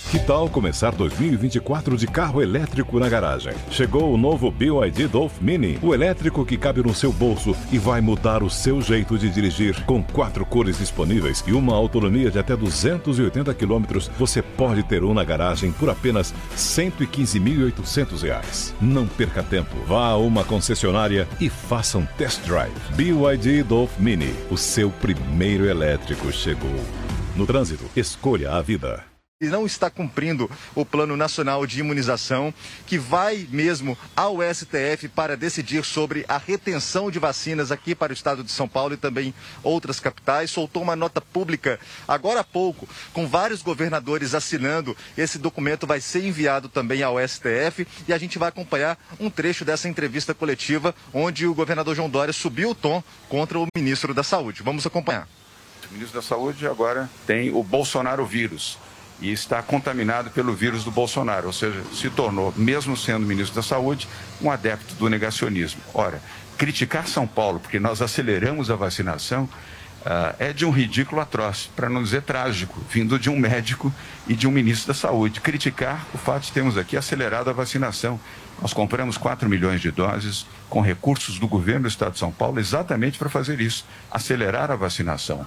Que tal começar 2024 de carro elétrico na garagem? Chegou o novo BYD Dolph Mini, o elétrico que cabe no seu bolso e vai mudar o seu jeito de dirigir. Com 4 cores disponíveis e uma autonomia de até 280 km, você pode ter um na garagem por apenas R$ 115.800. Não perca tempo. Vá a uma concessionária e faça um test drive. BYD Dolph Mini, o seu primeiro elétrico chegou. No trânsito, escolha a vida. E não está cumprindo o Plano Nacional de Imunização, que vai mesmo ao STF para decidir sobre a retenção de vacinas aqui para o estado de São Paulo e também outras capitais. Soltou uma nota pública agora há pouco, com vários governadores assinando. Esse documento vai ser enviado também ao STF e a gente vai acompanhar um trecho dessa entrevista coletiva, onde o governador João Dória subiu o tom contra o ministro da Saúde. Vamos acompanhar. O ministro da Saúde agora tem o Bolsonaro vírus. E está contaminado pelo vírus do Bolsonaro, ou seja, se tornou, mesmo sendo ministro da Saúde, um adepto do negacionismo. Ora, criticar São Paulo porque nós aceleramos a vacinação é de um ridículo atroz, para não dizer trágico, vindo de um médico e de um ministro da Saúde. Criticar o fato de termos aqui acelerado a vacinação. Nós compramos 4 milhões de doses com recursos do governo do estado de São Paulo exatamente para fazer isso, acelerar a vacinação.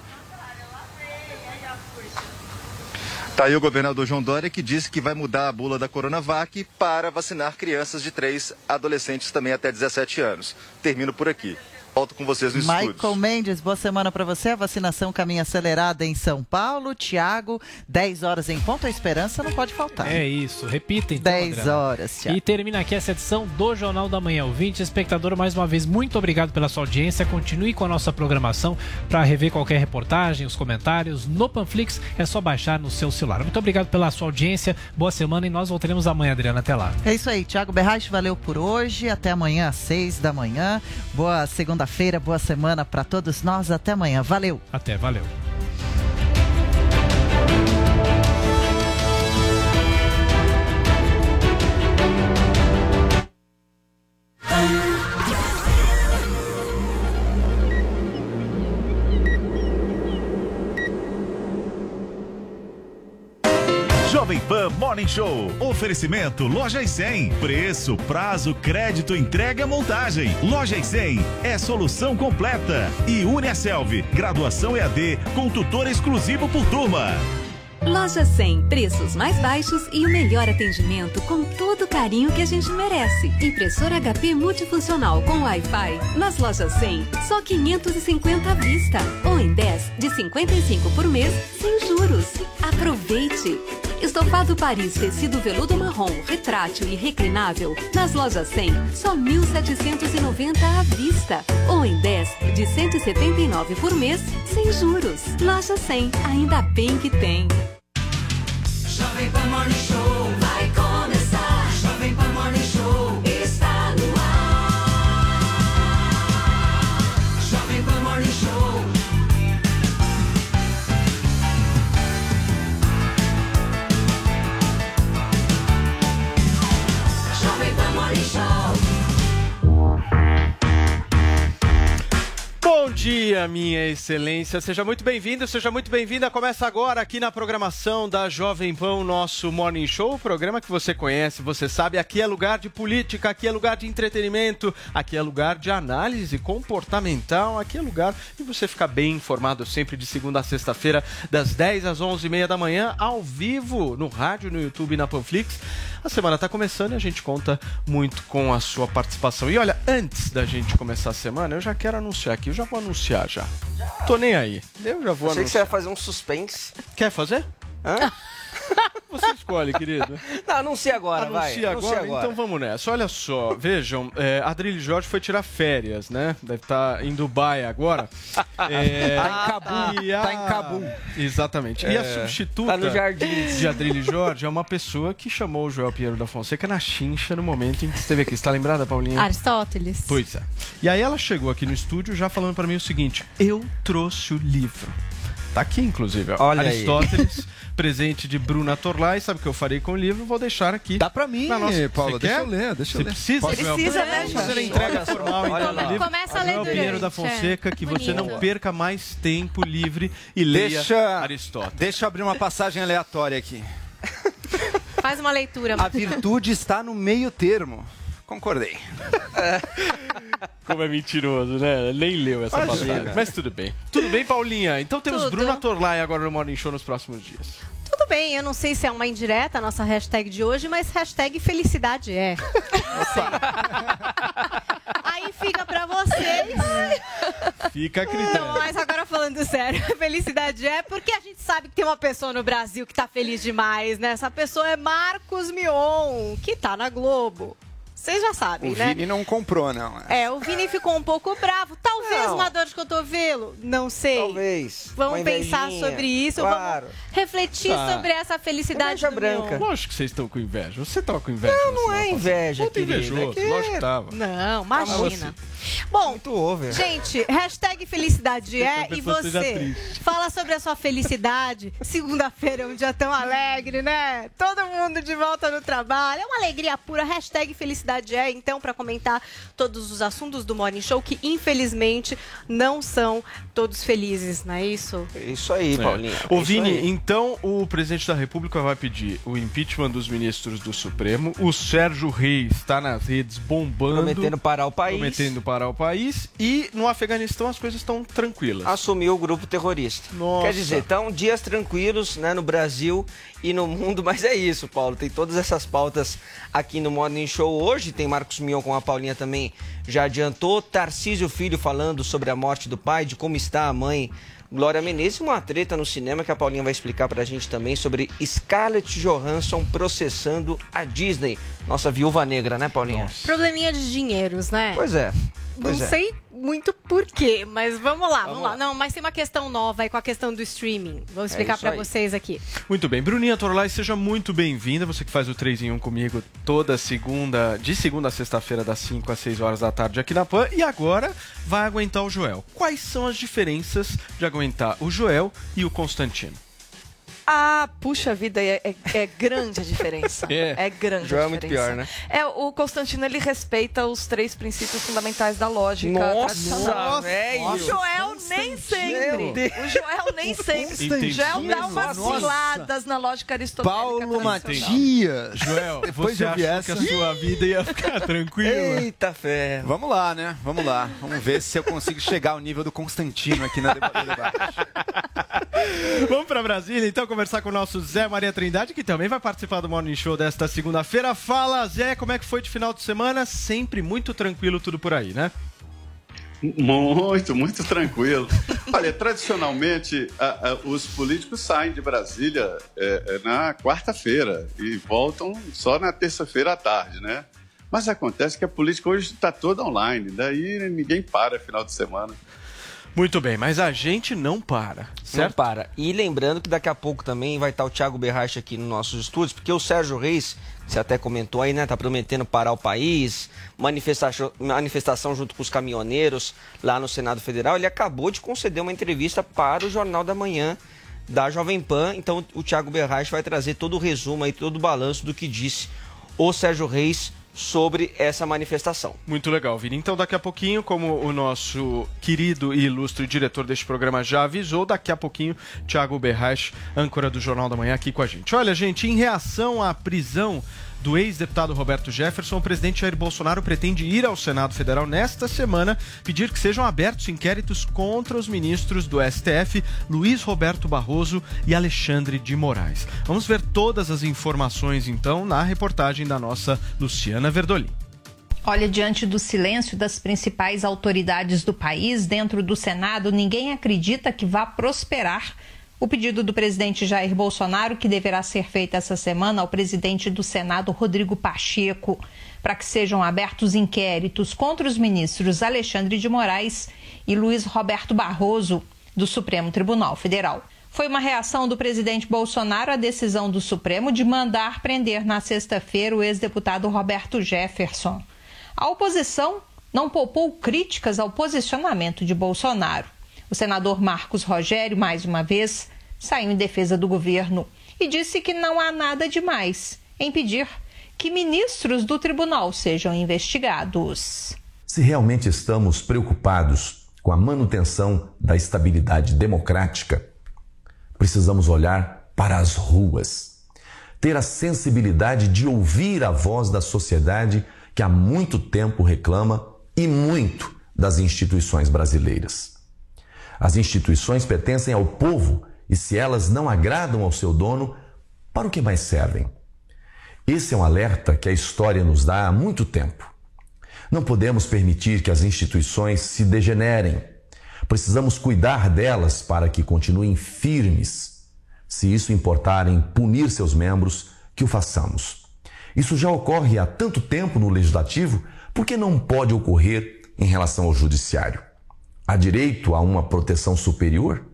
Está aí o governador João Dória, que disse que vai mudar a bula da Coronavac para vacinar crianças de 3 adolescentes também até 17 anos. Termino por aqui. Volto com vocês no estúdio. Michael Mendes, boa semana para você. A vacinação caminha acelerada em São Paulo. Tiago, 10 horas em ponto. A esperança não pode faltar. É isso. Repita então, 10 Adriana. horas, Tiago. E termina aqui essa edição do Jornal da Manhã. Ouvinte, espectador, mais uma vez, muito obrigado pela sua audiência. Continue com a nossa programação para rever qualquer reportagem, os comentários. No Panflix é só baixar no seu celular. Muito obrigado pela sua audiência. Boa semana e nós voltaremos amanhã, Adriana. Até lá. É isso aí. Tiago Berraich, valeu por hoje. Até amanhã às 6 da manhã. Boa segunda-feira, boa semana para todos nós. Até amanhã. Valeu. Até, valeu. Jovem Pan Morning Show. Oferecimento Lojas 100. Preço, prazo, crédito, entrega, montagem. Lojas 100 é solução completa. E Uniaselv, graduação EAD com tutor exclusivo por turma. Loja 100, preços mais baixos e o melhor atendimento com todo o carinho que a gente merece. Impressora HP multifuncional com Wi-Fi. Nas lojas 100, só 550 à vista. Ou em 10, de 55 por mês, sem juros. Aproveite! Estofado Paris tecido veludo marrom, retrátil e reclinável. Nas lojas 100, só 1.790 à vista. Ou em 10, de 179 por mês, sem juros. Loja 100, ainda bem que tem. Jovem Pan Morning Show vai começar. Jovem Pan Morning Show está no ar. Jovem Pan Morning Show. Jovem Pan Morning Show. Bom dia, minha excelência. Seja muito bem-vindo, seja muito bem-vinda. Começa agora aqui na programação da Jovem Pan, o nosso Morning Show, o programa que você conhece, você sabe. Aqui é lugar de política, aqui é lugar de entretenimento, aqui é lugar de análise comportamental, aqui é lugar de você ficar bem informado sempre de segunda a sexta-feira, das 10 às 11h30 da manhã, ao vivo, no rádio, no YouTube e na Panflix. A semana está começando e a gente conta muito com a sua participação. E olha, antes da gente começar a semana, eu já quero anunciar aqui, eu já vou anunciar já. Tô nem aí. Eu já vou anunciar. Achei que você ia fazer um suspense. Quer fazer? Hã? Você escolhe, querido. Não, anuncia agora, vai. Anuncia agora? Então vamos nessa. Olha só, vejam, Adrilho Jorge foi tirar férias, né? Deve estar em Dubai agora. Tá em Cabul. Tá em Cabul. Exatamente. E a substituta tá no jardim de Adrilho Jorge é uma pessoa que chamou o Joel Pinheiro da Fonseca na chincha no momento em que esteve aqui. Você tá lembrada, Paulinha? Aristóteles. Pois é. E aí ela chegou aqui no estúdio já falando pra mim o seguinte: eu trouxe o livro. Tá aqui, inclusive. Ó. Olha Aristóteles, presente de Bruna Torlai. Sabe o que eu farei com o livro? Vou deixar aqui. Dá pra mim, Paulo. Deixa eu ler. Você precisa, né, fazer a entrega formal então, do livro. Começa a ler Joel Pinheiro da Fonseca, que você não perca mais tempo livre e leia Aristóteles. Deixa eu abrir uma passagem aleatória aqui. Faz uma leitura. A virtude está no meio termo. Concordei. Como é mentiroso, né? Nem leu essa passagem. Mas tudo bem. Tudo bem, Paulinha? Então temos Bruna Torlai agora no Morning Show nos próximos dias. Tudo bem, eu não sei se é uma indireta a nossa hashtag de hoje, mas hashtag felicidade é. Aí fica pra vocês. Fica a critério. Não, mas agora falando sério, felicidade é porque a gente sabe que tem uma pessoa no Brasil que tá feliz demais, né? Essa pessoa é Marcos Mion, que tá na Globo. Vocês já sabem, né? O Vini não comprou, não. O Vini ficou um pouco bravo. Talvez uma dor de cotovelo. Não sei. Talvez. Vamos pensar sobre isso. Claro. Vamos refletir sobre essa felicidade do branca. Lógico que vocês estão com inveja. Você tava com inveja. Não é inveja, querido. Invejoso. Lógico que tava. Não, imagina. Bom, muito over. Gente, hashtag felicidade é. E você? Fala sobre a sua felicidade. Segunda-feira é um dia tão alegre, né? Todo mundo de volta no trabalho. É uma alegria pura. Hashtag felicidade é, então, para comentar todos os assuntos do Morning Show, que infelizmente não são todos felizes, não é isso? Isso aí, Paulinha. Ô, Vini, então o presidente da República vai pedir o impeachment dos ministros do Supremo. O Sérgio Reis está nas redes bombando. Prometendo parar o país. E no Afeganistão as coisas estão tranquilas. Assumiu o grupo terrorista. Nossa. Quer dizer, estão dias tranquilos, né, no Brasil e no mundo, mas é isso, Paulo. Tem todas essas pautas aqui no Morning Show hoje. Tem Marcos Mion, com a Paulinha também já adiantou. Tarcísio Filho falando sobre a morte do pai, de como está a mãe Glória Menezes. Uma treta no cinema que a Paulinha vai explicar pra gente também sobre Scarlett Johansson processando a Disney. Nossa viúva negra, né, Paulinha? Nossa. Probleminha de dinheiros, né? Pois é. Não sei muito por quê, mas vamos lá. Não, mas tem uma questão nova aí com a questão do streaming. Vou explicar para vocês aqui. Muito bem. Bruninha Torlai, seja muito bem-vinda. Você que faz o 3 em 1 comigo toda segunda, de segunda a sexta-feira, das 5 às 6 horas da tarde aqui na PAN. E agora vai aguentar o Joel. Quais são as diferenças de aguentar o Joel e o Constantino? Ah, puxa vida, é grande a diferença. É grande Joel a diferença. É muito pior, né? O Constantino, ele respeita os 3 princípios fundamentais da lógica tradicional. Velho! O Joel nem sempre. O Joel nem sempre. O Joel dá umas ciladas na lógica aristotélica. Paulo Matias. Joel, você achou que a sua vida ia ficar tranquila? Eita fé. Vamos lá, né? Vamos lá. Vamos ver se eu consigo chegar ao nível do Constantino aqui na debate. Vamos para Brasília, então, conversar com o nosso Zé Maria Trindade, que também vai participar do Morning Show desta segunda-feira. Fala, Zé, como é que foi de final de semana? Sempre muito tranquilo tudo por aí, né? Muito tranquilo. Olha, tradicionalmente, os políticos saem de Brasília na quarta-feira e voltam só na terça-feira à tarde, né? Mas acontece que a política hoje está toda online, daí ninguém para final de semana. Muito bem, mas a gente não para, certo? Não para. E lembrando que daqui a pouco também vai estar o Thiago Berrache aqui nos nossos estúdios, porque o Sérgio Reis, você até comentou aí, né? Tá prometendo parar o país, manifestação junto com os caminhoneiros lá no Senado Federal. Ele acabou de conceder uma entrevista para o Jornal da Manhã da Jovem Pan. Então o Thiago Berrache vai trazer todo o resumo aí, todo o balanço do que disse o Sérgio Reis sobre essa manifestação. Muito legal, Vini. Então, daqui a pouquinho, como o nosso querido e ilustre diretor deste programa já avisou, daqui a pouquinho, Thiago Berrache, âncora do Jornal da Manhã, aqui com a gente. Olha, gente, em reação à prisão do ex-deputado Roberto Jefferson, o presidente Jair Bolsonaro pretende ir ao Senado Federal nesta semana pedir que sejam abertos inquéritos contra os ministros do STF, Luiz Roberto Barroso e Alexandre de Moraes. Vamos ver todas as informações, então, na reportagem da nossa Luciana Verdolim. Olha, diante do silêncio das principais autoridades do país, dentro do Senado, ninguém acredita que vá prosperar o pedido do presidente Jair Bolsonaro, que deverá ser feito essa semana ao presidente do Senado, Rodrigo Pacheco, para que sejam abertos inquéritos contra os ministros Alexandre de Moraes e Luiz Roberto Barroso, do Supremo Tribunal Federal. Foi uma reação do presidente Bolsonaro à decisão do Supremo de mandar prender na sexta-feira o ex-deputado Roberto Jefferson. A oposição não poupou críticas ao posicionamento de Bolsonaro. O senador Marcos Rogério, mais uma vez, saiu em defesa do governo e disse que não há nada demais em pedir que ministros do tribunal sejam investigados. Se realmente estamos preocupados com a manutenção da estabilidade democrática, precisamos olhar para as ruas. ter a sensibilidade de ouvir a voz da sociedade que há muito tempo reclama e muito das instituições brasileiras. As instituições pertencem ao povo e se elas não agradam ao seu dono, para o que mais servem? Esse é um alerta que a história nos dá há muito tempo. Não podemos permitir que as instituições se degenerem. Precisamos cuidar delas para que continuem firmes. Se isso importar em punir seus membros, que o façamos. Isso já ocorre há tanto tempo no Legislativo, por que não pode ocorrer em relação ao Judiciário? Há direito a uma proteção superior?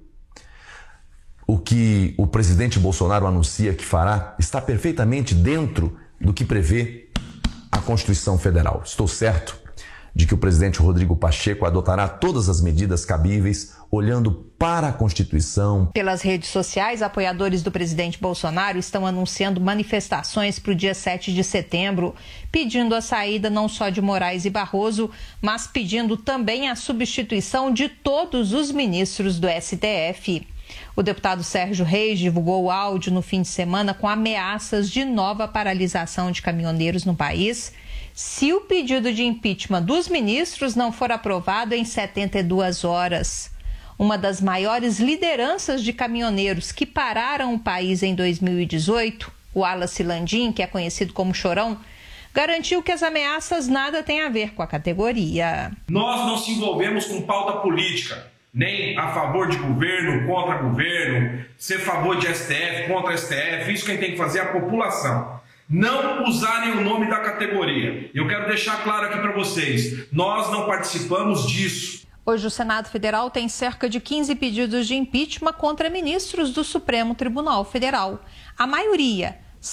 O que o presidente Bolsonaro anuncia que fará está perfeitamente dentro do que prevê a Constituição Federal. Estou certo de que o presidente Rodrigo Pacheco adotará todas as medidas cabíveis, olhando para a Constituição. Pelas redes sociais, apoiadores do presidente Bolsonaro estão anunciando manifestações para o dia 7 de setembro, pedindo a saída não só de Moraes e Barroso, mas pedindo também a substituição de todos os ministros do STF. O deputado Sérgio Reis divulgou o áudio no fim de semana com ameaças de nova paralisação de caminhoneiros no país se o pedido de impeachment dos ministros não for aprovado em 72 horas. Uma das maiores lideranças de caminhoneiros que pararam o país em 2018, o Wallace Landim, que é conhecido como Chorão, garantiu que as ameaças nada têm a ver com a categoria. Nós não se envolvemos com pauta política, nem a favor de governo, contra governo, ser a favor de STF, contra STF. Isso quem tem que fazer é a população. Não usarem o nome da categoria. Eu quero deixar claro aqui para vocês, nós não participamos disso. Hoje o Senado Federal tem cerca de 15 pedidos de impeachment contra ministros do Supremo Tribunal Federal. A maioria,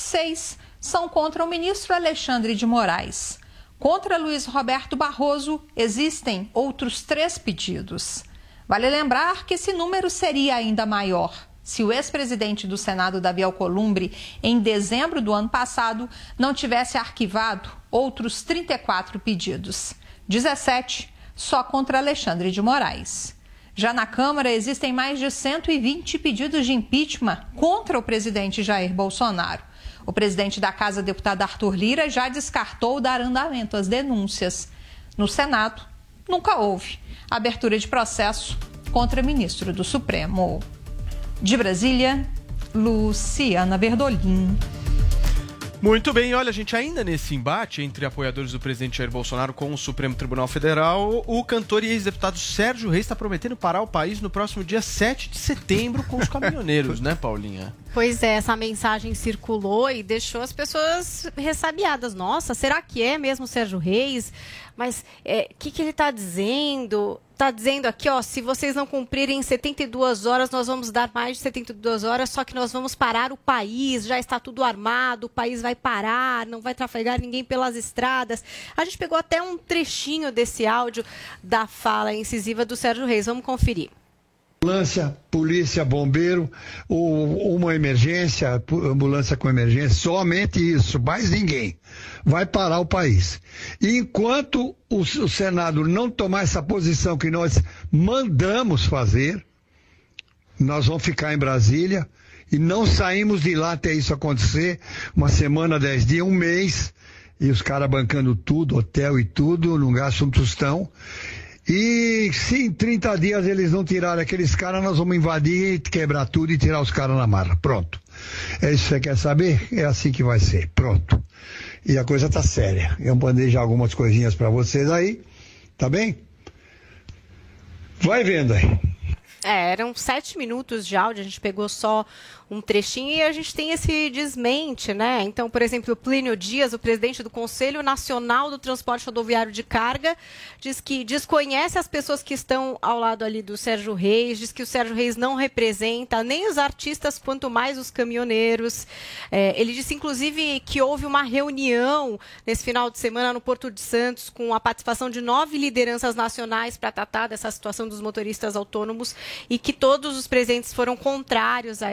6, são contra o ministro Alexandre de Moraes. Contra Luiz Roberto Barroso, existem outros 3 pedidos. Vale lembrar que esse número seria ainda maior se o ex-presidente do Senado, Davi Alcolumbre, em dezembro do ano passado, não tivesse arquivado outros 34 pedidos. 17 só contra Alexandre de Moraes. Já na Câmara, existem mais de 120 pedidos de impeachment contra o presidente Jair Bolsonaro. O presidente da Casa, deputado Arthur Lira, já descartou dar andamento às denúncias. No Senado, nunca houve abertura de processo contra ministro do Supremo. De Brasília, Luciana Verdolim. Muito bem, olha, gente, ainda nesse embate entre apoiadores do presidente Jair Bolsonaro com o Supremo Tribunal Federal, o cantor e ex-deputado Sérgio Reis está prometendo parar o país no próximo dia 7 de setembro com os caminhoneiros, né, Paulinha? Pois é, essa mensagem circulou e deixou as pessoas ressabiadas. Nossa, será que é mesmo Sérgio Reis? Mas o que ele está dizendo? Está dizendo aqui, ó, se vocês não cumprirem 72 horas, nós vamos dar mais de 72 horas, só que nós vamos parar o país, já está tudo armado, o país vai parar, não vai trafegar ninguém pelas estradas. A gente pegou até um trechinho desse áudio da fala incisiva do Sérgio Reis. Vamos conferir. Ambulância, polícia, bombeiro, uma emergência, ambulância com emergência, somente isso, mais ninguém. Vai parar o país. E enquanto o Senado não tomar essa posição que nós mandamos fazer, nós vamos ficar em Brasília e não saímos de lá até isso acontecer, 1 semana, 10 dias, 1 mês, e os caras bancando tudo, hotel e tudo, não gastam um tostão. E se em 30 dias eles não tirarem aqueles caras, nós vamos invadir, quebrar tudo e tirar os caras na marra. Pronto. É isso que você quer saber? É assim que vai ser. Pronto. E a coisa tá séria. Eu mandei já algumas coisinhas para vocês aí. Tá bem? Vai vendo aí. Eram 7 minutos de áudio, a gente pegou só um trechinho e a gente tem esse desmente, né? Então, por exemplo, o Plínio Dias, o presidente do Conselho Nacional do Transporte Rodoviário de Carga, diz que desconhece as pessoas que estão ao lado ali do Sérgio Reis, diz que o Sérgio Reis não representa nem os artistas, quanto mais os caminhoneiros. Ele disse, inclusive, que houve uma reunião nesse final de semana no Porto de Santos com a participação de 9 lideranças nacionais para tratar dessa situação dos motoristas autônomos e que todos os presentes foram contrários a esse ato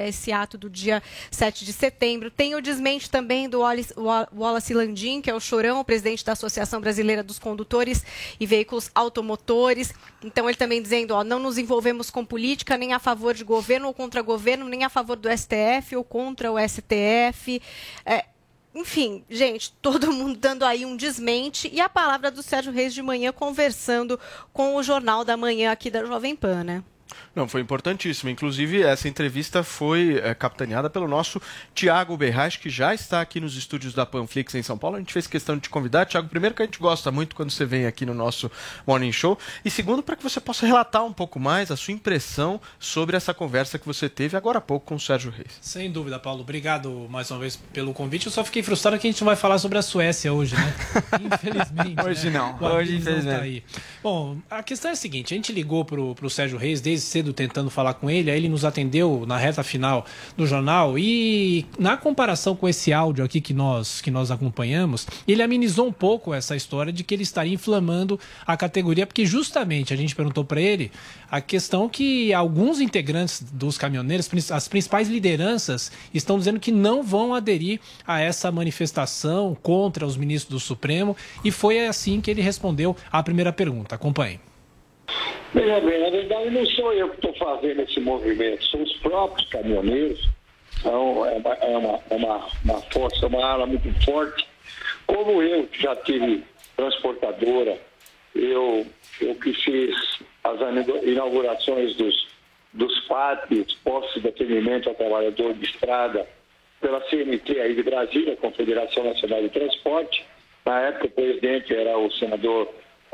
ato do dia 7 de setembro. Tem o desmente também do Wallace Landim, que é o Chorão, presidente da Associação Brasileira dos Condutores e Veículos Automotores. Então, ele também dizendo, não nos envolvemos com política, nem a favor de governo ou contra governo, nem a favor do STF ou contra o STF. Enfim, gente, todo mundo dando aí um desmente. E a palavra do Sérgio Reis de manhã conversando com o Jornal da Manhã aqui da Jovem Pan, né? Não, foi importantíssimo. Inclusive, essa entrevista foi capitaneada pelo nosso Tiago Berraich, que já está aqui nos estúdios da Panflix em São Paulo. A gente fez questão de te convidar. Tiago, primeiro que a gente gosta muito quando você vem aqui no nosso Morning Show. E segundo, para que você possa relatar um pouco mais a sua impressão sobre essa conversa que você teve agora há pouco com o Sérgio Reis. Sem dúvida, Paulo. Obrigado mais uma vez pelo convite. Eu só fiquei frustrado que a gente não vai falar sobre a Suécia hoje, né? Infelizmente. Hoje não. Hoje, infelizmente. Tá aí. Bom, a questão é a seguinte. A gente ligou pro Sérgio Reis desde cedo tentando falar com ele, aí ele nos atendeu na reta final do jornal e na comparação com esse áudio aqui que nós acompanhamos, ele amenizou um pouco essa história de que ele estaria inflamando a categoria, porque justamente a gente perguntou para ele a questão que alguns integrantes dos caminhoneiros, as principais lideranças, estão dizendo que não vão aderir a essa manifestação contra os ministros do Supremo, e foi assim que ele respondeu à primeira pergunta. Acompanhe. Veja bem, na verdade não sou eu que estou fazendo esse movimento, são os próprios caminhoneiros. Então, é uma força, uma ala muito forte. Como eu, que já tive transportadora, eu que fiz as inaugurações dos PATs, postos de atendimento ao trabalhador de estrada, pela CNT aí de Brasília, Confederação Nacional de Transporte. Na época o presidente era o senador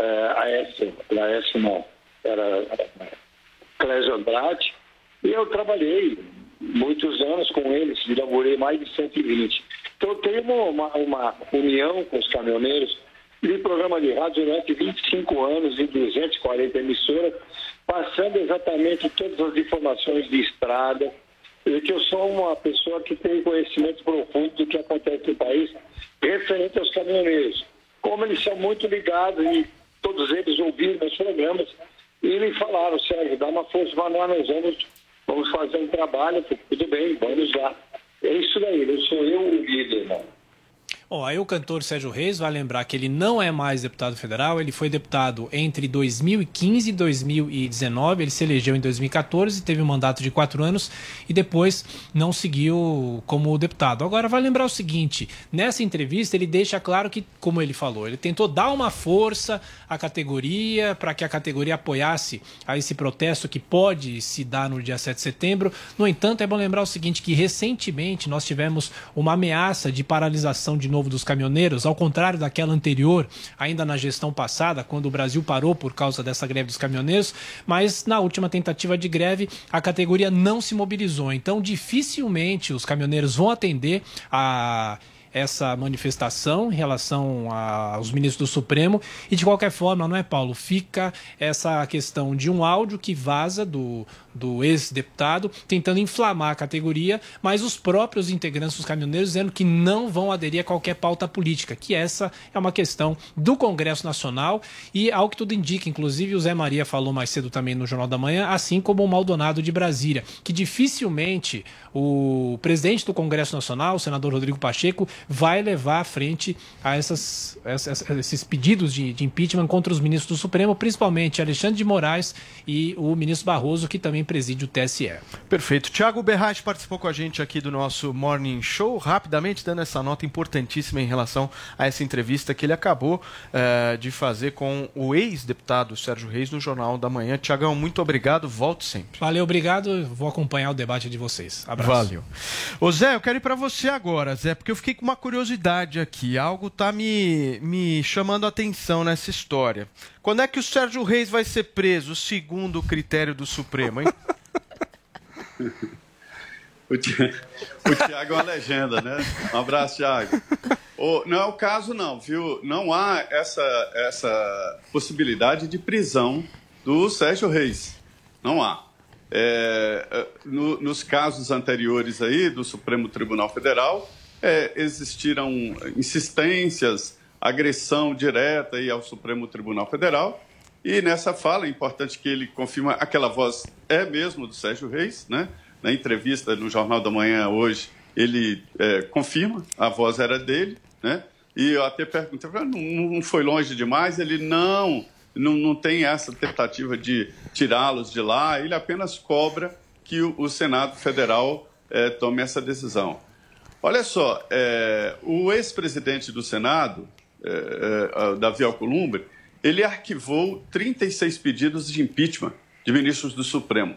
Aécio não, era Clésio Andrade, e eu trabalhei muitos anos com eles, inaugurei mais de 120. Então eu tenho uma união com os caminhoneiros, de programa de rádio durante 25 anos em 240 emissoras, passando exatamente todas as informações de estrada, e que eu sou uma pessoa que tem conhecimento profundo do que acontece no país referente aos caminhoneiros. Como eles são muito ligados e todos eles ouviram meus programas, e me falaram, Sérgio, dá uma força para nós, vamos fazer um trabalho, tudo bem, vamos lá. É isso daí, não sou eu o líder, não. Bom, aí o cantor Sérgio Reis vai lembrar que ele não é mais deputado federal, ele foi deputado entre 2015 e 2019, ele se elegeu em 2014, teve um mandato de 4 anos e depois não seguiu como deputado. Agora, vai lembrar o seguinte, nessa entrevista ele deixa claro que, como ele falou, ele tentou dar uma força à categoria, para que a categoria apoiasse a esse protesto que pode se dar no dia 7 de setembro. No entanto, é bom lembrar o seguinte, que recentemente nós tivemos uma ameaça de paralisação de novo dos caminhoneiros, ao contrário daquela anterior, ainda na gestão passada, quando o Brasil parou por causa dessa greve dos caminhoneiros, mas na última tentativa de greve a categoria não se mobilizou. Então, dificilmente os caminhoneiros vão atender a essa manifestação em relação aos ministros do Supremo, e de qualquer forma, não é, Paulo? Fica essa questão de um áudio que vaza do ex-deputado tentando inflamar a categoria, mas os próprios integrantes dos caminhoneiros dizendo que não vão aderir a qualquer pauta política, que essa é uma questão do Congresso Nacional, e ao que tudo indica, inclusive o Zé Maria falou mais cedo também no Jornal da Manhã, assim como o Maldonado de Brasília, que dificilmente o presidente do Congresso Nacional, o senador Rodrigo Pacheco, vai levar à frente a esses pedidos de impeachment contra os ministros do Supremo, principalmente Alexandre de Moraes e o ministro Barroso, que também preside o TSE. Perfeito. Tiago Berraich participou com a gente aqui do nosso Morning Show, rapidamente dando essa nota importantíssima em relação a essa entrevista que ele acabou de fazer com o ex-deputado Sérgio Reis no Jornal da Manhã. Tiagão, muito obrigado, volte sempre. Valeu, obrigado, vou acompanhar o debate de vocês. Abraço. Valeu. Ô Zé, eu quero ir para você agora, Zé, porque eu fiquei com uma curiosidade aqui, algo tá me chamando a atenção nessa história. Quando é que o Sérgio Reis vai ser preso, segundo o critério do Supremo, hein? O Tiago é uma legenda, né? Um abraço, Tiago. Não é o caso, não, viu? Não há essa possibilidade de prisão do Sérgio Reis. Não há. Nos casos anteriores aí do Supremo Tribunal Federal, existiram insistências, agressão direta aí ao Supremo Tribunal Federal, e nessa fala é importante que ele confirma aquela voz é mesmo do Sérgio Reis, né? na entrevista no Jornal da Manhã hoje, ele confirma, a voz era dele, né? E eu até perguntei, não foi longe demais? Ele, não tem essa tentativa de tirá-los de lá, ele apenas cobra que o Senado Federal tome essa decisão. Olha só, o ex-presidente do Senado, Davi Alcolumbre, ele arquivou 36 pedidos de impeachment de ministros do Supremo,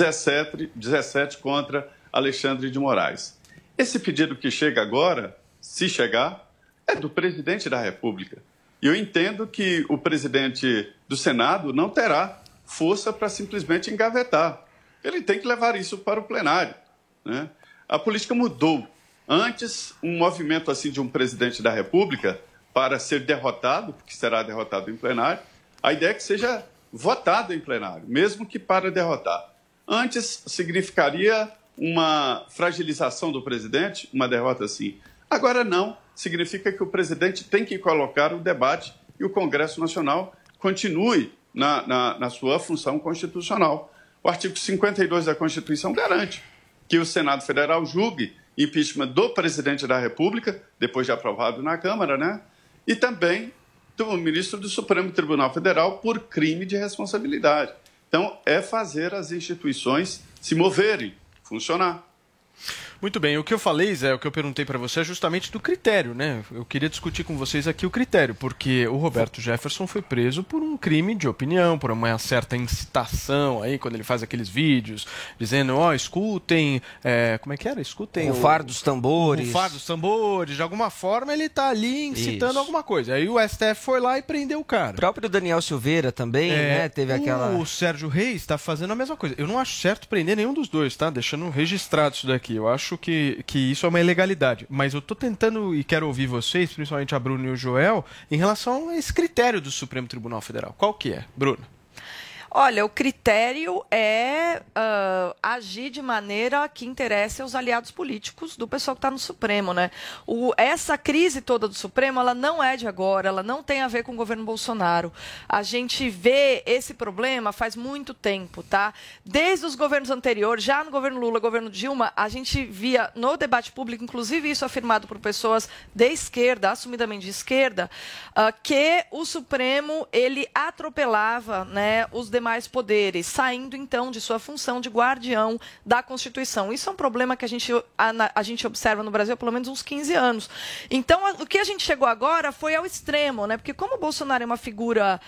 17 contra Alexandre de Moraes. Esse pedido que chega agora, se chegar, é do presidente da República. E eu entendo que o presidente do Senado não terá força para simplesmente engavetar. Ele tem que levar isso para o plenário, né? A política mudou. Antes, um movimento assim de um presidente da República para ser derrotado, porque será derrotado em plenário, a ideia é que seja votado em plenário, mesmo que para derrotar. Antes, significaria uma fragilização do presidente, uma derrota assim. Agora não, significa que o presidente tem que colocar o debate e o Congresso Nacional continue na sua função constitucional. O artigo 52 da Constituição garante que o Senado Federal julgue impeachment do presidente da República, depois de aprovado na Câmara, né? E também do ministro do Supremo Tribunal Federal por crime de responsabilidade. Então, é fazer as instituições se moverem, funcionar. Muito bem, o que eu falei, Zé, o que eu perguntei para você é justamente do critério, né? Eu queria discutir com vocês aqui o critério, porque o Roberto Jefferson foi preso por um crime de opinião, por uma certa incitação aí, quando ele faz aqueles vídeos, dizendo, escutem, como é que era? Escutem o Rufar dos tambores. Rufar dos tambores, de alguma forma ele está ali incitando alguma coisa. Aí o STF foi lá e prendeu o cara. O próprio Daniel Silveira também, né? Teve aquela... O Sérgio Reis está fazendo a mesma coisa. Eu não acho certo prender nenhum dos dois, tá? Deixando registrado isso daqui. Eu acho que isso é uma ilegalidade. Mas eu estou tentando e quero ouvir vocês, principalmente a Bruna e o Joel, em relação a esse critério do Supremo Tribunal Federal. Qual que é, Bruna? Olha, o critério é agir de maneira que interesse aos aliados políticos do pessoal que está no Supremo, né? Essa crise toda do Supremo, ela não é de agora, ela não tem a ver com o governo Bolsonaro. A gente vê esse problema faz muito tempo, tá? Desde os governos anteriores, já no governo Lula, governo Dilma, a gente via no debate público, inclusive isso afirmado por pessoas de esquerda, assumidamente de esquerda, que o Supremo, ele atropelava, né, os demais poderes, saindo então de sua função de guardião da Constituição. Isso é um problema que a gente observa no Brasil há pelo menos uns 15 anos. Então, o que a gente chegou agora foi ao extremo, né? Porque como o Bolsonaro é uma figura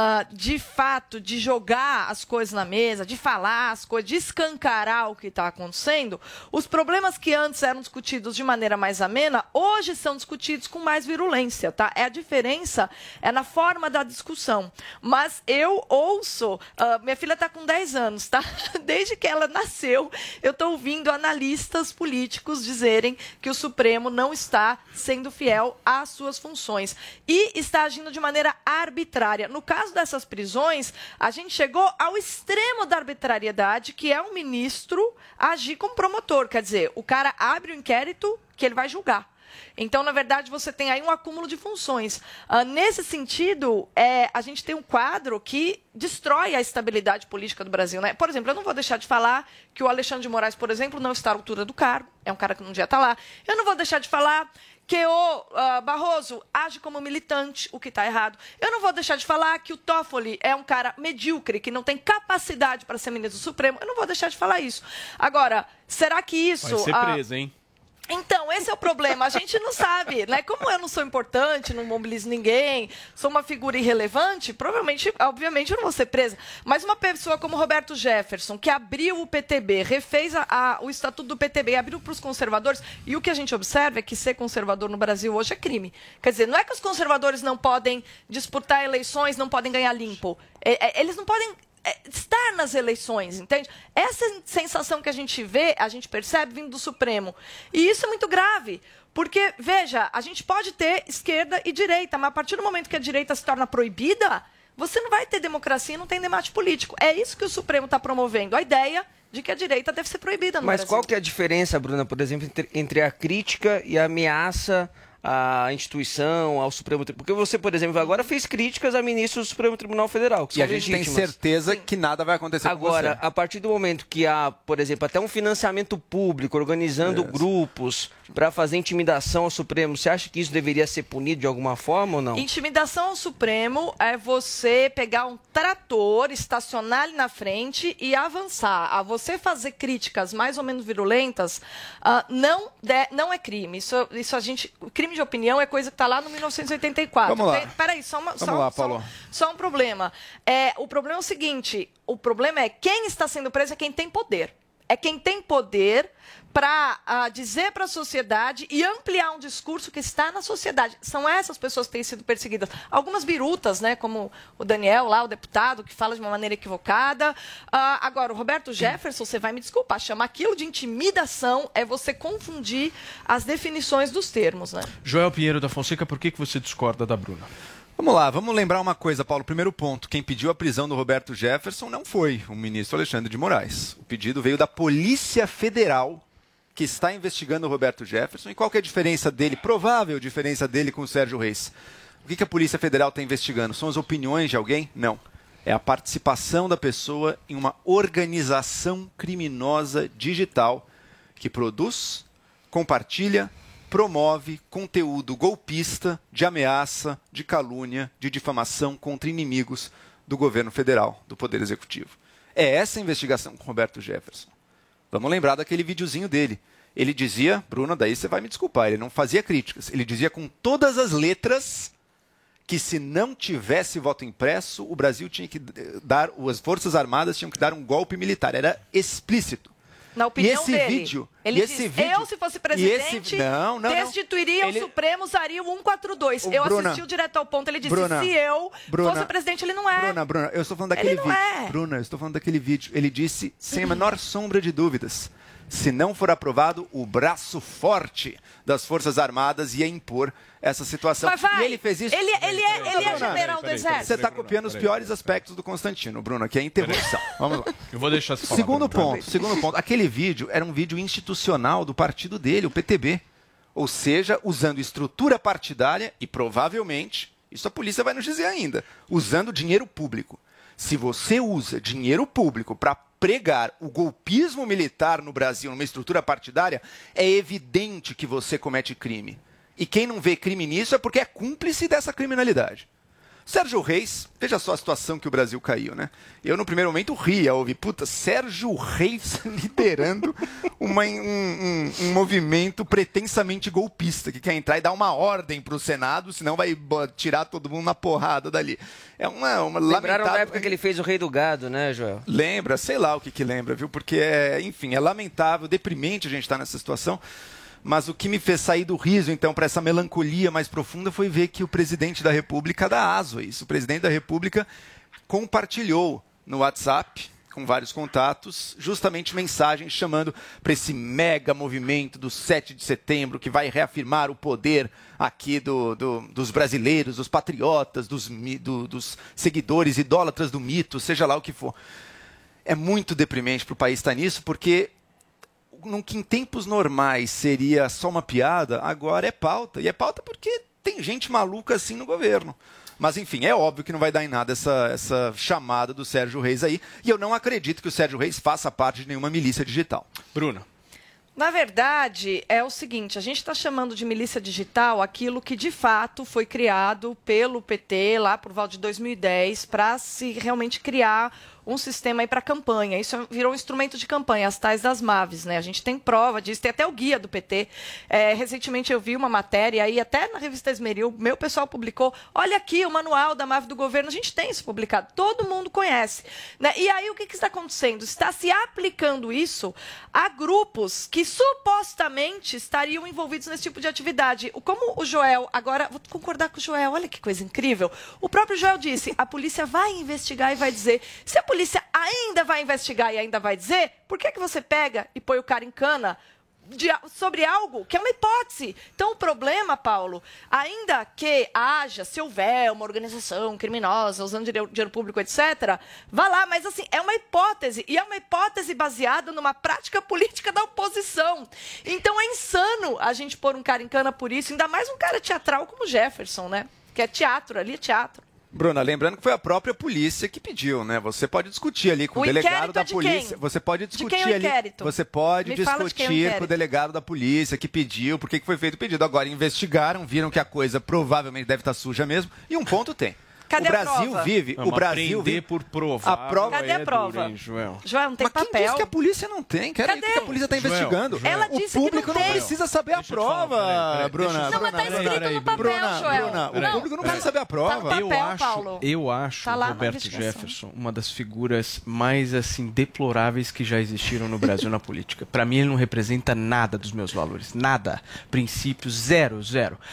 de fato, de jogar as coisas na mesa, de falar as coisas, de escancarar o que está acontecendo, os problemas que antes eram discutidos de maneira mais amena, hoje são discutidos com mais virulência, tá? A diferença é na forma da discussão. Mas eu ouço minha filha está com 10 anos, tá? Desde que ela nasceu, eu estou ouvindo analistas políticos dizerem que o Supremo não está sendo fiel às suas funções e está agindo de maneira arbitrária. No caso dessas prisões, a gente chegou ao extremo da arbitrariedade, que é um ministro agir como promotor. Quer dizer, o cara abre o inquérito que ele vai julgar. Então, na verdade, você tem aí um acúmulo de funções. Nesse sentido, a gente tem um quadro que destrói a estabilidade política do Brasil, né? Por exemplo, eu não vou deixar de falar que o Alexandre de Moraes, por exemplo, não está à altura do cargo. É um cara que não devia estar lá. Eu não vou deixar de falar que o Barroso age como militante, o que está errado. Eu não vou deixar de falar que o Toffoli é um cara medíocre, que não tem capacidade para ser ministro do Supremo. Eu não vou deixar de falar isso. Agora, será que isso... Vai ser preso, hein? Então, esse é o problema. A gente não sabe, né? Como eu não sou importante, não mobilizo ninguém, sou uma figura irrelevante, provavelmente, obviamente, eu não vou ser presa. Mas uma pessoa como Roberto Jefferson, que abriu o PTB, refez o estatuto do PTB, abriu para os conservadores, e o que a gente observa é que ser conservador no Brasil hoje é crime. Quer dizer, não é que os conservadores não podem disputar eleições, não podem ganhar limpo. Eles não podem estar nas eleições, entende? Essa sensação que a gente vê, a gente percebe vindo do Supremo. E isso é muito grave, porque, veja, a gente pode ter esquerda e direita, mas a partir do momento que a direita se torna proibida, você não vai ter democracia e não tem debate político. É isso que o Supremo está promovendo, a ideia de que a direita deve ser proibida no Brasil. Mas qual que é a diferença, Bruna, por exemplo, entre a crítica e a ameaça à instituição, ao Supremo Tribunal. Porque você, por exemplo, agora fez críticas a ministros do Supremo Tribunal Federal. Que e a gente tem certeza que nada vai acontecer com você. Agora, a partir do momento que há, por exemplo, até um financiamento público, organizando grupos para fazer intimidação ao Supremo, você acha que isso deveria ser punido de alguma forma ou não? Intimidação ao Supremo é você pegar um trator, estacionar ali na frente e avançar. A você fazer críticas mais ou menos virulentas não é crime. Isso a gente... Crime de opinião é coisa que está lá no 1984. Vamos lá. Peraí, só um problema. O problema é o seguinte, o problema é quem está sendo preso é quem tem poder. É quem tem poder para dizer para a sociedade e ampliar um discurso que está na sociedade. São essas pessoas que têm sido perseguidas. Algumas birutas, né, como o Daniel, lá, o deputado, que fala de uma maneira equivocada. Agora, o Roberto Jefferson, você vai me desculpar, chamar aquilo de intimidação é você confundir as definições dos termos, né? Joel Pinheiro da Fonseca, por que você discorda da Bruna? Vamos lá, vamos lembrar uma coisa, Paulo. Primeiro ponto, quem pediu a prisão do Roberto Jefferson não foi o ministro Alexandre de Moraes. O pedido veio da Polícia Federal, que está investigando o Roberto Jefferson. E qual que é a diferença dele, provável diferença dele com o Sérgio Reis? O que a Polícia Federal está investigando? São as opiniões de alguém? Não. É a participação da pessoa em uma organização criminosa digital que produz, compartilha, promove conteúdo golpista, de ameaça, de calúnia, de difamação contra inimigos do governo federal, do Poder Executivo. É essa a investigação com Roberto Jefferson. Vamos lembrar daquele videozinho dele. Ele dizia, Bruno, daí você vai me desculpar, ele não fazia críticas. Ele dizia com todas as letras que se não tivesse voto impresso, o Brasil tinha que dar, as Forças Armadas tinham que dar um golpe militar. Era explícito. Na opinião dele, vídeo, ele diz, eu, se fosse presidente, destituiria o Supremo, usaria o 142. Eu assisti direto ao ponto, ele disse, se eu fosse presidente, ele não é. Bruna, eu estou falando daquele vídeo. Bruna, eu estou falando daquele vídeo. Ele disse, sem a menor sombra de dúvidas, se não for aprovado, o braço forte das Forças Armadas ia impor essa situação. Mas vai, e ele fez isso. Ele é general do Exército. Você está copiando os piores aspectos do Constantino, Bruno, que é a interrupção. Vamos lá. Eu vou deixar você falar. Segundo ponto. Aquele vídeo era um vídeo institucional do partido dele, o PTB. Ou seja, usando estrutura partidária e provavelmente, isso a polícia vai nos dizer ainda, usando dinheiro público. Se você usa dinheiro público para pregar o golpismo militar no Brasil numa estrutura partidária, é evidente que você comete crime. E quem não vê crime nisso é porque é cúmplice dessa criminalidade. Sérgio Reis, veja só a situação que o Brasil caiu, né? Eu, no primeiro momento, ria, ouvi, Sérgio Reis liderando um movimento pretensamente golpista, que quer entrar e dar uma ordem para o Senado, senão vai tirar todo mundo na porrada dali. É uma Lembraram lamentável... da época que ele fez o Rei do Gado, né, Joel? Lembra, sei lá o que lembra, viu? Porque, enfim, é lamentável, deprimente a gente estar nessa situação. Mas o que me fez sair do riso, então, para essa melancolia mais profunda foi ver que o presidente da República dá aso a isso. O presidente da República compartilhou no WhatsApp, com vários contatos, justamente mensagens chamando para esse mega movimento do 7 de setembro que vai reafirmar o poder aqui dos brasileiros, dos patriotas, dos seguidores idólatras do mito, seja lá o que for. É muito deprimente para o país estar nisso, porque... que em tempos normais seria só uma piada, agora é pauta. E é pauta porque tem gente maluca assim no governo. Mas, enfim, é óbvio que não vai dar em nada essa chamada do Sérgio Reis aí. E eu não acredito que o Sérgio Reis faça parte de nenhuma milícia digital. Bruna. Na verdade, é o seguinte, a gente está chamando de milícia digital aquilo que, de fato, foi criado pelo PT lá por volta de 2010 para se realmente criar um sistema aí para campanha. Isso virou um instrumento de campanha, as tais das MAVs, né? A gente tem prova disso, tem até o guia do PT. Recentemente eu vi uma matéria aí, até na revista Esmeril, meu pessoal publicou, olha aqui o manual da MAV do governo, a gente tem isso publicado, todo mundo conhece. Né? E aí o que está acontecendo? Está se aplicando isso a grupos que supostamente estariam envolvidos nesse tipo de atividade. Como o Joel, agora, vou concordar com o Joel, olha que coisa incrível, o próprio Joel disse, a polícia vai investigar e vai dizer, se a polícia ainda vai investigar e ainda vai dizer, por que você pega e põe o cara em cana sobre algo que é uma hipótese. Então, o problema, Paulo, ainda que haja, se houver uma organização criminosa usando dinheiro público, etc., vá lá, mas assim, é uma hipótese, e é uma hipótese baseada numa prática política da oposição. Então, é insano a gente pôr um cara em cana por isso, ainda mais um cara teatral como Jefferson, né? Que é teatro, ali é teatro. Bruna, lembrando que foi a própria polícia que pediu, né? Você pode discutir ali com o delegado da polícia. Você pode discutir ali. Você pode discutir com o delegado da polícia que pediu, por que foi feito o pedido. Agora investigaram, viram que a coisa provavelmente deve estar suja mesmo, e um ponto tem. Cadê o Brasil vive. Vamos o Brasil vive por provar. A prova. Cadê a prova? Joel, não tem Mas papel. Quem diz que a polícia não tem? Cadê? O que a polícia está investigando? Ela o disse público que não tem. precisa saber a prova, Bruna. Não, mas tá escrito no papel, Joel. O público não precisa saber a prova. Tá no papel, Paulo. Eu acho Tá lá na Roberto investigação. Jefferson uma das figuras mais assim deploráveis que já existiram no Brasil na política. Para mim ele não representa nada dos meus valores, nada, princípios, zero.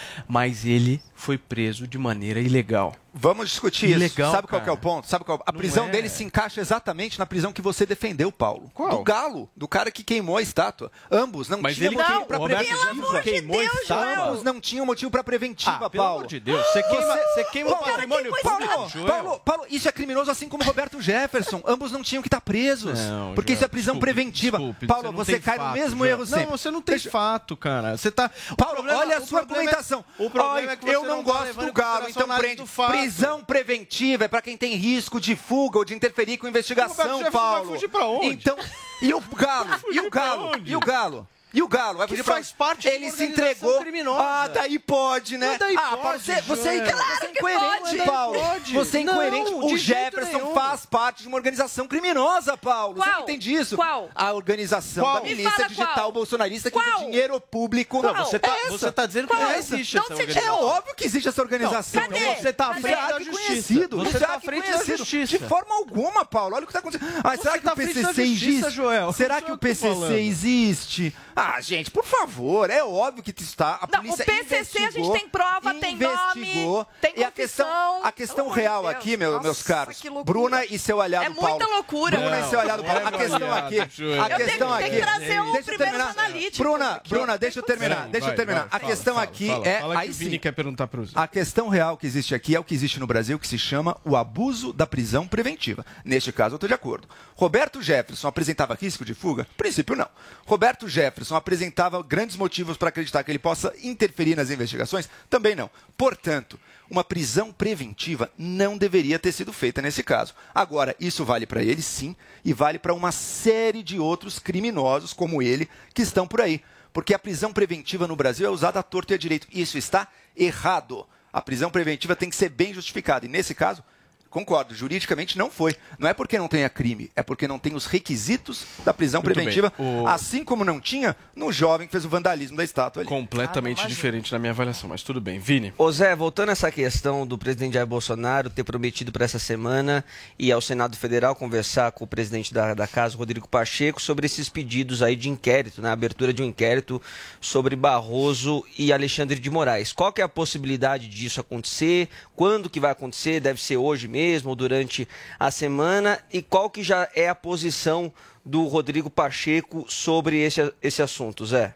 Mas ele foi preso de maneira ilegal. Vamos discutir Ilegal, isso. Sabe qual cara. que é o ponto? A prisão dele se encaixa exatamente na prisão que você defendeu, Paulo. Qual? Do Galo, do cara que queimou a estátua. Ambos não tinham motivo para preventiva. Queimou a estátua? Ambos não tinham motivo para preventiva, pelo Paulo. amor de Deus. Você queima o patrimônio público. Paulo, isso é criminoso assim como Roberto Jefferson. Ambos não tinham que estar presos. Não, porque isso é prisão preventiva. Paulo, não você tem cai no fato, mesmo Joel. erro sempre. Não, você não tem fato, cara. Você tá... Paulo, olha a sua argumentação. O problema é que você eu não gosto do Galo, então prende. Prisão preventiva é para quem tem risco de fuga ou de interferir com investigação, Paulo. Vai fugir pra onde? Então, e o Galo? E o Galo? E o Galo? E o Galo vai fugir faz parte de Ele uma se organização entregou. criminosa. Ah, daí pode, né? Daí Paulo, pode, você é Claro que incoerente, pode. Paulo. Pode. Você é incoerente. Não, O de jeito Jefferson nenhum. faz parte de uma organização criminosa, Paulo. Você não entende isso? Qual? A organização Qual? da Me milícia fala digital qual? bolsonarista que Qual? usa dinheiro público. Qual? Você tá dizendo que Qual? não existe De essa onde você organização. É óbvio que existe essa organização. Cadê? Então você tá à Cadê? frente da Isaac justiça. conhecido. Você tá à Isaac frente da conhecido. justiça. De forma alguma, Paulo. Olha o que está acontecendo. Ah, será que tá o à frente da PCC justiça, existe? Joel. Será Não que sou o eu que tô falando. PCC existe? Ah, gente, por favor. É óbvio que está. A Não, polícia o PCC a gente tem prova, tem nome, tem E confissão. a questão Pelo real amor de aqui, Deus. meus Nossa, caros. que loucura. Bruna e seu aliado É Paulo. muita loucura. Bruna e seu aliado Paulo. A questão aqui. A questão aqui. Tem que trazer o Deixa eu primeiro terminar. analítico. Bruna, deixa eu terminar. Deixa eu terminar. A questão aqui é. Fala que Aí o Vini sim. quer perguntar pro Zé. A questão real que existe aqui é o que existe no Brasil, que se chama o abuso da prisão preventiva. Neste caso, eu estou de acordo. Roberto Jefferson apresentava risco de fuga? A princípio, não. Roberto Jefferson apresentava grandes motivos para acreditar que ele possa interferir nas investigações? Também não. Portanto, uma prisão preventiva não deveria ter sido feita nesse caso. Agora, isso vale para ele, sim, e vale para uma série de outros criminosos como ele que estão por aí. Porque a prisão preventiva no Brasil é usada à torto e à direito. Isso está errado. A prisão preventiva tem que ser bem justificada. E nesse caso, concordo, juridicamente não foi. Não é porque não tenha crime, é porque não tem os requisitos da prisão Muito preventiva, bem. assim como não tinha no jovem que fez o vandalismo da estátua ali. Completamente diferente na minha avaliação, mas tudo bem. Vini. Ô Zé, voltando a essa questão do presidente Jair Bolsonaro ter prometido para essa semana ir ao Senado Federal conversar com o presidente da Casa, Rodrigo Pacheco, sobre esses pedidos aí de inquérito, né? A abertura de um inquérito sobre Barroso e Alexandre de Moraes. Qual que é a possibilidade disso acontecer? Quando que vai acontecer? Deve ser hoje mesmo ou durante a semana? E qual que já é a posição do Rodrigo Pacheco sobre esse assunto, Zé?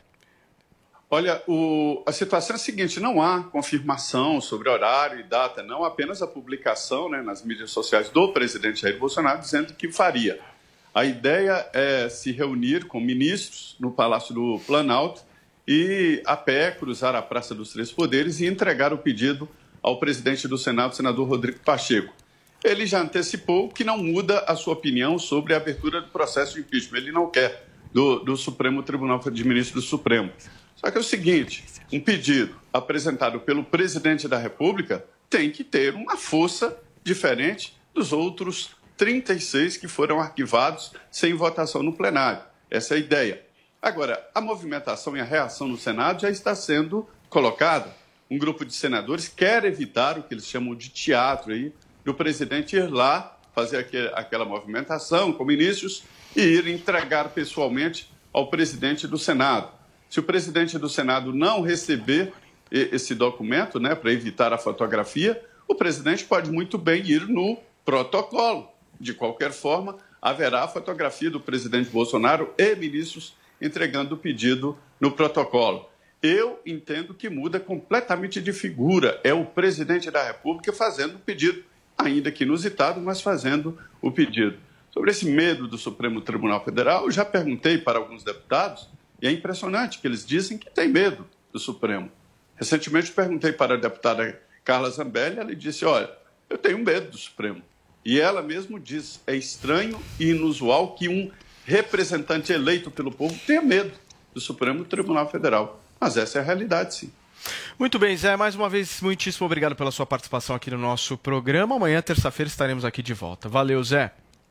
Olha, a situação é a seguinte, não há confirmação sobre horário e data, não apenas a publicação, né, nas mídias sociais do presidente Jair Bolsonaro dizendo que faria. A ideia é se reunir com ministros no Palácio do Planalto e, a pé, cruzar a Praça dos Três Poderes e entregar o pedido ao presidente do Senado, senador Rodrigo Pacheco. Ele já antecipou que não muda a sua opinião sobre a abertura do processo de impeachment. Ele não quer do Supremo Tribunal de Ministros do Supremo. Só que é o seguinte, um pedido apresentado pelo presidente da República tem que ter uma força diferente dos outros 36 que foram arquivados sem votação no plenário. Essa é a ideia. Agora, a movimentação e a reação no Senado já está sendo colocada. Um grupo de senadores quer evitar o que eles chamam de teatro aí, do presidente ir lá, fazer aquela movimentação com ministros e ir entregar pessoalmente ao presidente do Senado. Se o presidente do Senado não receber esse documento, né, para evitar a fotografia, o presidente pode muito bem ir no protocolo. De qualquer forma, haverá a fotografia do presidente Bolsonaro e ministros entregando o pedido no protocolo. Eu entendo que muda completamente de figura. É o presidente da República fazendo o pedido, ainda que inusitado, mas fazendo o pedido. Sobre esse medo do Supremo Tribunal Federal, eu já perguntei para alguns deputados, e é impressionante que eles dizem que tem medo do Supremo. Recentemente perguntei para a deputada Carla Zambelli, ela disse, olha, eu tenho medo do Supremo. E ela mesmo diz, é estranho e inusual que um representante eleito pelo povo tenha medo do Supremo Tribunal Federal. Mas essa é a realidade, sim. Muito bem, Zé, mais uma vez, muitíssimo obrigado pela sua participação aqui no nosso programa. Amanhã, terça-feira, estaremos aqui de volta. Valeu, Zé.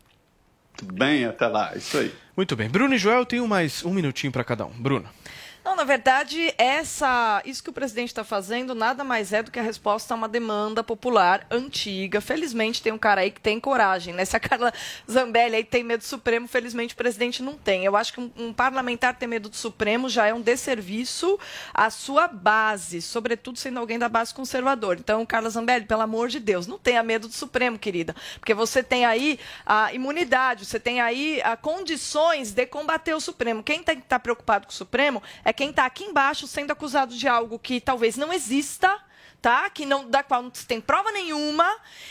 Tudo bem, até lá, isso aí. Muito bem. Bruno e Joel, eu tenho mais um minutinho para cada um. Bruno. Não, na verdade, isso que o presidente está fazendo nada mais é do que a resposta a uma demanda popular antiga. Felizmente tem um cara aí que tem coragem, né? Se a Carla Zambelli aí tem medo do Supremo, felizmente o presidente não tem. Eu acho que um parlamentar ter medo do Supremo já é um desserviço à sua base, sobretudo sendo alguém da base conservadora. Então, Carla Zambelli, pelo amor de Deus, não tenha medo do Supremo, querida, porque você tem aí a imunidade, você tem aí condições de combater o Supremo. Quem tem que estar preocupado com o Supremo é quem está aqui embaixo sendo acusado de algo que talvez não exista, tá? Da qual não se tem prova nenhuma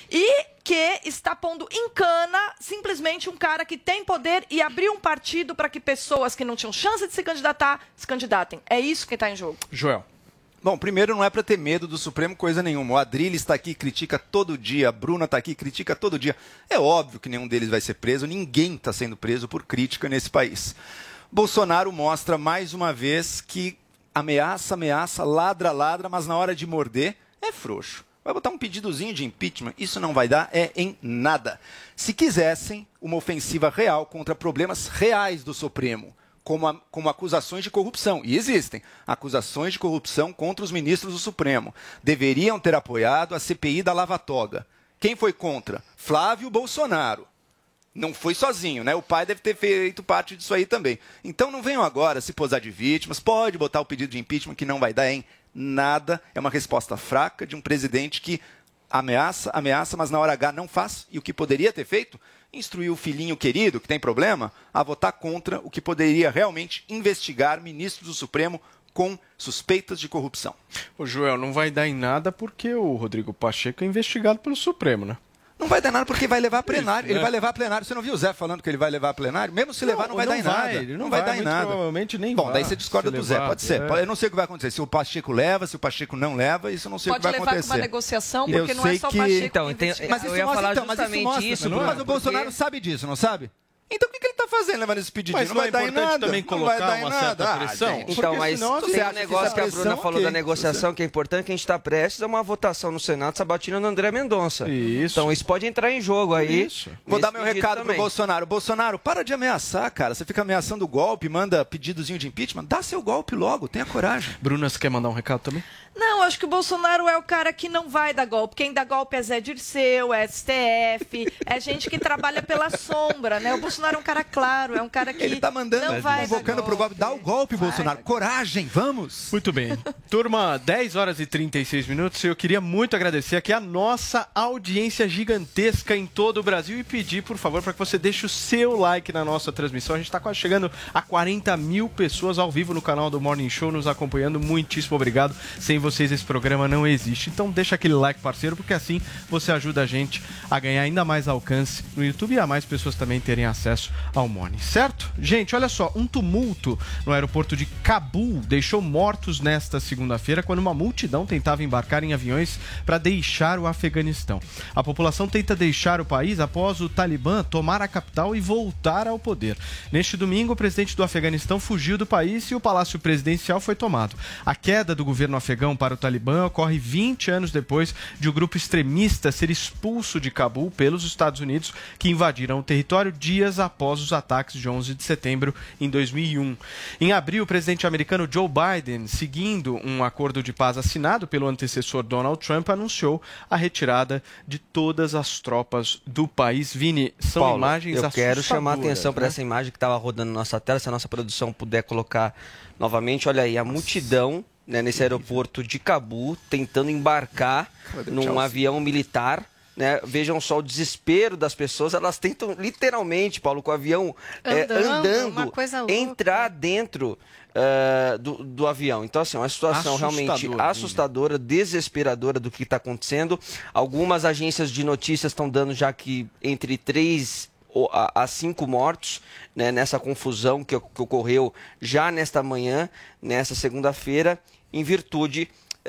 e que está pondo em cana simplesmente um cara que tem poder e abriu um partido para que pessoas que não tinham chance de se candidatar se candidatem. É isso que está em jogo. Joel. Bom, primeiro não é para ter medo do Supremo coisa nenhuma. O Adrilles está aqui, critica todo dia. A Bruna está aqui, critica todo dia. É óbvio que nenhum deles vai ser preso. Ninguém está sendo preso por crítica nesse país. Bolsonaro mostra mais uma vez que ameaça, ladra, mas na hora de morder é frouxo. Vai botar um pedidozinho de impeachment, isso não vai dar em nada. Se quisessem uma ofensiva real contra problemas reais do Supremo, como acusações de corrupção, e existem acusações de corrupção contra os ministros do Supremo, deveriam ter apoiado a CPI da Lava Toga. Quem foi contra? Flávio Bolsonaro. Não foi sozinho, né? O pai deve ter feito parte disso aí também. Então não venham agora se posar de vítimas, pode botar o pedido de impeachment que não vai dar em nada. É uma resposta fraca de um presidente que ameaça, mas na hora H não faz. E o que poderia ter feito? Instruir o filhinho querido, que tem problema, a votar contra o que poderia realmente investigar ministros do Supremo com suspeitas de corrupção. Ô Joel, não vai dar em nada porque o Rodrigo Pacheco é investigado pelo Supremo, né? Não vai dar nada porque vai levar a plenário. Ele vai levar a plenário. Você não viu o Zé falando que ele vai levar a plenário? Mesmo se levar, não vai dar em nada. Ele não vai dar em nada. Provavelmente nem Bom, daí você discorda do Zé. Pode ser. Eu não sei o que vai acontecer. Se o Pacheco leva, se o Pacheco não leva, isso eu não sei o que vai acontecer. Pode levar com uma negociação, porque não é só o Pacheco. Mas isso mostra isso. Mas o Bolsonaro sabe disso, não sabe? Então o que ele está fazendo levando esse pedidinho? Mas não vai dar em nada. Também colocar uma certa pressão. Então, mas tem um negócio que a Bruna falou da negociação que é importante, que a gente está prestes a uma votação no Senado sabatina do André Mendonça. Isso. Então isso pode entrar em jogo aí. Isso. Vou dar meu recado pro Bolsonaro. Bolsonaro, para de ameaçar, cara. Você fica ameaçando o golpe, manda pedidozinho de impeachment. Dá seu golpe logo, tenha coragem. Bruna, você quer mandar um recado também? Não, acho que o Bolsonaro é o cara que não vai dar golpe. Quem dá golpe é Zé Dirceu, é STF, é gente que trabalha pela sombra, né? O Bolsonaro é um cara claro, é um cara que ele tá mandando, não vai convocando pro golpe. Dá o golpe, Bolsonaro. Coragem, vamos. Muito bem. Turma, 10 horas e 36 minutos. Eu queria muito agradecer aqui a nossa audiência gigantesca em todo o Brasil e pedir, por favor, para que você deixe o seu like na nossa transmissão. A gente está quase chegando a 40 mil pessoas ao vivo no canal do Morning Show nos acompanhando. Muitíssimo obrigado. Sem vocês esse programa não existe. Então deixa aquele like, parceiro, porque assim você ajuda a gente a ganhar ainda mais alcance no YouTube e a mais pessoas também terem acesso ao Morning, certo? Gente, olha só, um tumulto no aeroporto de Cabul deixou mortos nesta segunda-feira quando uma multidão tentava embarcar em aviões para deixar o Afeganistão. A população tenta deixar o país após o Talibã tomar a capital e voltar ao poder. Neste domingo, o presidente do Afeganistão fugiu do país e o palácio presidencial foi tomado. A queda do governo afegão para o Talibã ocorre 20 anos depois de um grupo extremista ser expulso de Cabul pelos Estados Unidos, que invadiram o território dias após os ataques de 11 de setembro em 2001. Em abril, o presidente americano Joe Biden, seguindo um acordo de paz assinado pelo antecessor Donald Trump, anunciou a retirada de todas as tropas do país. Vini, são Paulo, imagens assustadoras. Eu quero chamar a atenção para né? essa imagem que estava rodando na nossa tela, se a nossa produção puder colocar novamente. Olha aí, a multidão, né, nesse aeroporto de Cabul, tentando embarcar num avião militar, né? Vejam só o desespero das pessoas, elas tentam literalmente, Paulo, com o avião andando, entrar dentro do avião. Então, assim, é uma situação realmente assustadora, desesperadora do que está acontecendo. Algumas agências de notícias estão dando já que entre 3 a 5 mortos, né, nessa confusão que ocorreu já nesta manhã, nessa segunda-feira, em virtude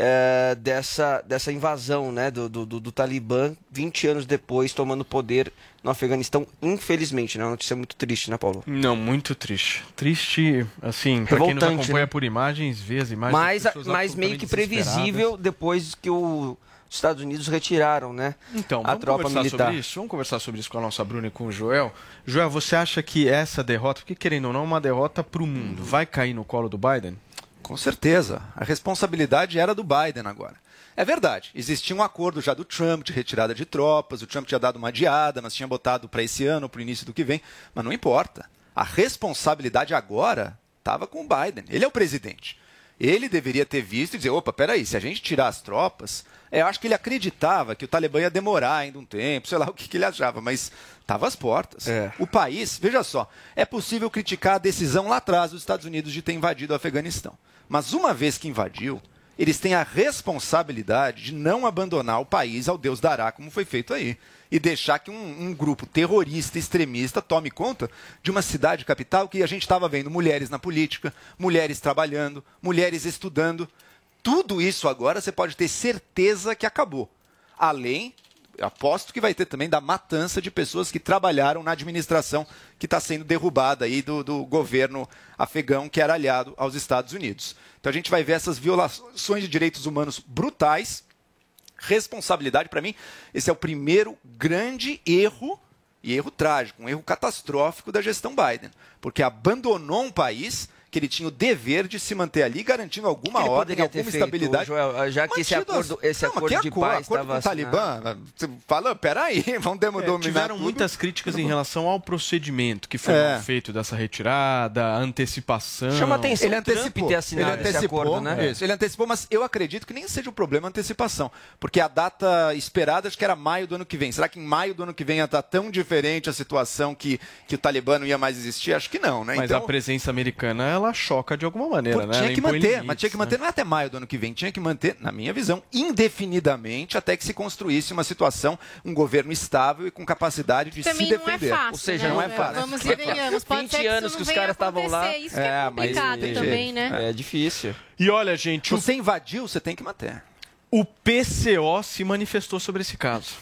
dessa invasão, né, do Talibã, 20 anos depois, tomando poder no Afeganistão, infelizmente, né? Uma notícia muito triste, né, Paulo? Não, muito triste. Triste, assim, para quem nos acompanha, né, por imagens, vê as imagens. Mas meio que previsível depois que os Estados Unidos retiraram, né, então, a tropa militar. Vamos conversar sobre isso com a nossa Bruna e com o Joel. Joel, você acha que essa derrota, porque querendo ou não, é uma derrota para o mundo, vai cair no colo do Biden? Com certeza. A responsabilidade era do Biden agora. É verdade, existia um acordo já do Trump de retirada de tropas, o Trump tinha dado uma adiada, mas tinha botado para esse ano, para o início do que vem, mas não importa. A responsabilidade agora estava com o Biden. Ele é o presidente. Ele deveria ter visto e dizer, opa, peraí, se a gente tirar as tropas... eu acho que ele acreditava que o Talibã ia demorar ainda um tempo, sei lá o que ele achava, mas estava às portas. O país, veja só, é possível criticar a decisão lá atrás dos Estados Unidos de ter invadido o Afeganistão. Mas uma vez que invadiu, eles têm a responsabilidade de não abandonar o país ao Deus dará, como foi feito aí. E deixar que um grupo terrorista, extremista, tome conta de uma cidade capital que a gente estava vendo mulheres na política, mulheres trabalhando, mulheres estudando. Tudo isso agora você pode ter certeza que acabou. Além, aposto que vai ter também da matança de pessoas que trabalharam na administração que está sendo derrubada aí do governo afegão, que era aliado aos Estados Unidos. Então a gente vai ver essas violações de direitos humanos brutais. Responsabilidade, para mim, esse é o primeiro grande erro, e erro trágico, um erro catastrófico da gestão Biden, porque abandonou um país que ele tinha o dever de se manter ali, garantindo alguma ordem, alguma estabilidade. Joel, já que esse acordo de paz estava com o Talibã, você fala, peraí, vamos dominar tiveram tudo. muitas críticas em relação ao procedimento que foi feito dessa retirada, a antecipação. Chama atenção, ele antecipou, ter assinado esse acordo, né? Isso, ele antecipou, mas eu acredito que nem seja o problema a antecipação, porque a data esperada acho que era maio do ano que vem. Será que em maio do ano que vem ia estar tão diferente a situação que o Talibã não ia mais existir? Acho que não, né? Mas então, a presença americana, ela choca de alguma maneira, né? Tinha que manter, mas tinha que manter, não é até maio do ano que vem, tinha que manter, na minha visão, indefinidamente, até que se construísse uma situação, um governo estável e com capacidade de também se defender. Não é fácil, ou seja, né? não é fácil. Vamos e venhamos, pode 20 ser que anos que os caras estavam lá. Isso que é complicado também, né? É difícil. E olha, gente... Se você invadiu, você tem que manter. O PCO se manifestou sobre esse caso.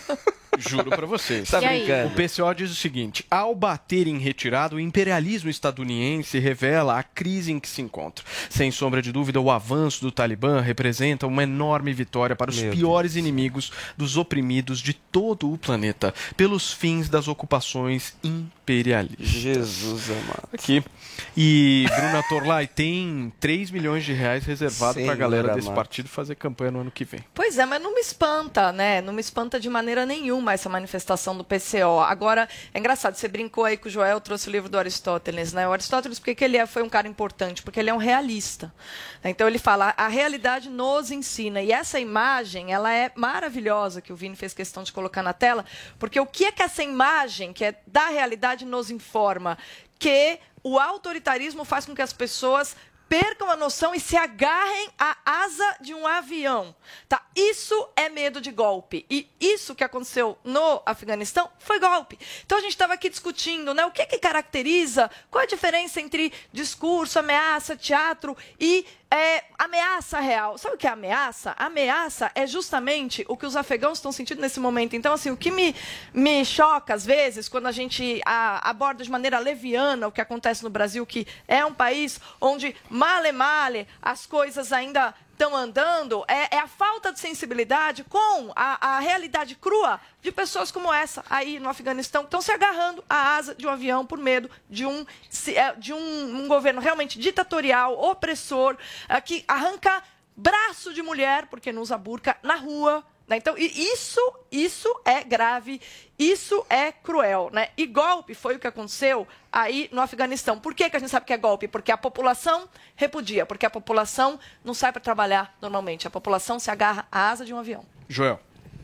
Juro pra vocês. Tá brincando. O PCO diz o seguinte: ao bater em retirada, o imperialismo estadunidense revela a crise em que se encontra. Sem sombra de dúvida, o avanço do Talibã representa uma enorme vitória para os piores inimigos dos oprimidos de todo o planeta, pelos fins das ocupações imperialistas. Jesus amado. Aqui. E Bruna Torlai tem 3 milhões de reais reservados para a galera desse partido fazer campanha no ano que vem. Pois é, mas não me espanta, né? Não me espanta de maneira nenhuma essa manifestação do PCO. Agora, é engraçado, você brincou aí com o Joel, trouxe o livro do Aristóteles, né? O Aristóteles, por que ele foi um cara importante? Porque ele é um realista. Então ele fala, a realidade nos ensina. E essa imagem, ela é maravilhosa, que o Vini fez questão de colocar na tela, porque o que é que essa imagem, que é da realidade, nos informa? Que o autoritarismo faz com que as pessoas percam a noção e se agarrem à asa de um avião. Tá? Isso é medo de golpe. E isso que aconteceu no Afeganistão foi golpe. Então a gente estava aqui discutindo, né, o que caracteriza, qual a diferença entre discurso, ameaça, teatro e ameaça real. Sabe o que é ameaça? Ameaça é justamente o que os afegãos estão sentindo nesse momento. Então, assim, o que me choca, às vezes, quando a gente aborda de maneira leviana o que acontece no Brasil, que é um país onde, male, as coisas ainda estão andando, é a falta de sensibilidade com a realidade crua de pessoas como essa aí no Afeganistão, que estão se agarrando à asa de um avião por medo de um governo realmente ditatorial, opressor, que arranca braço de mulher, porque não usa burca, na rua. Então, isso é grave, isso é cruel, né? E golpe foi o que aconteceu aí no Afeganistão. Por que a gente sabe que é golpe? Porque a população repudia, porque a população não sai para trabalhar normalmente, a população se agarra à asa de um avião. Joel.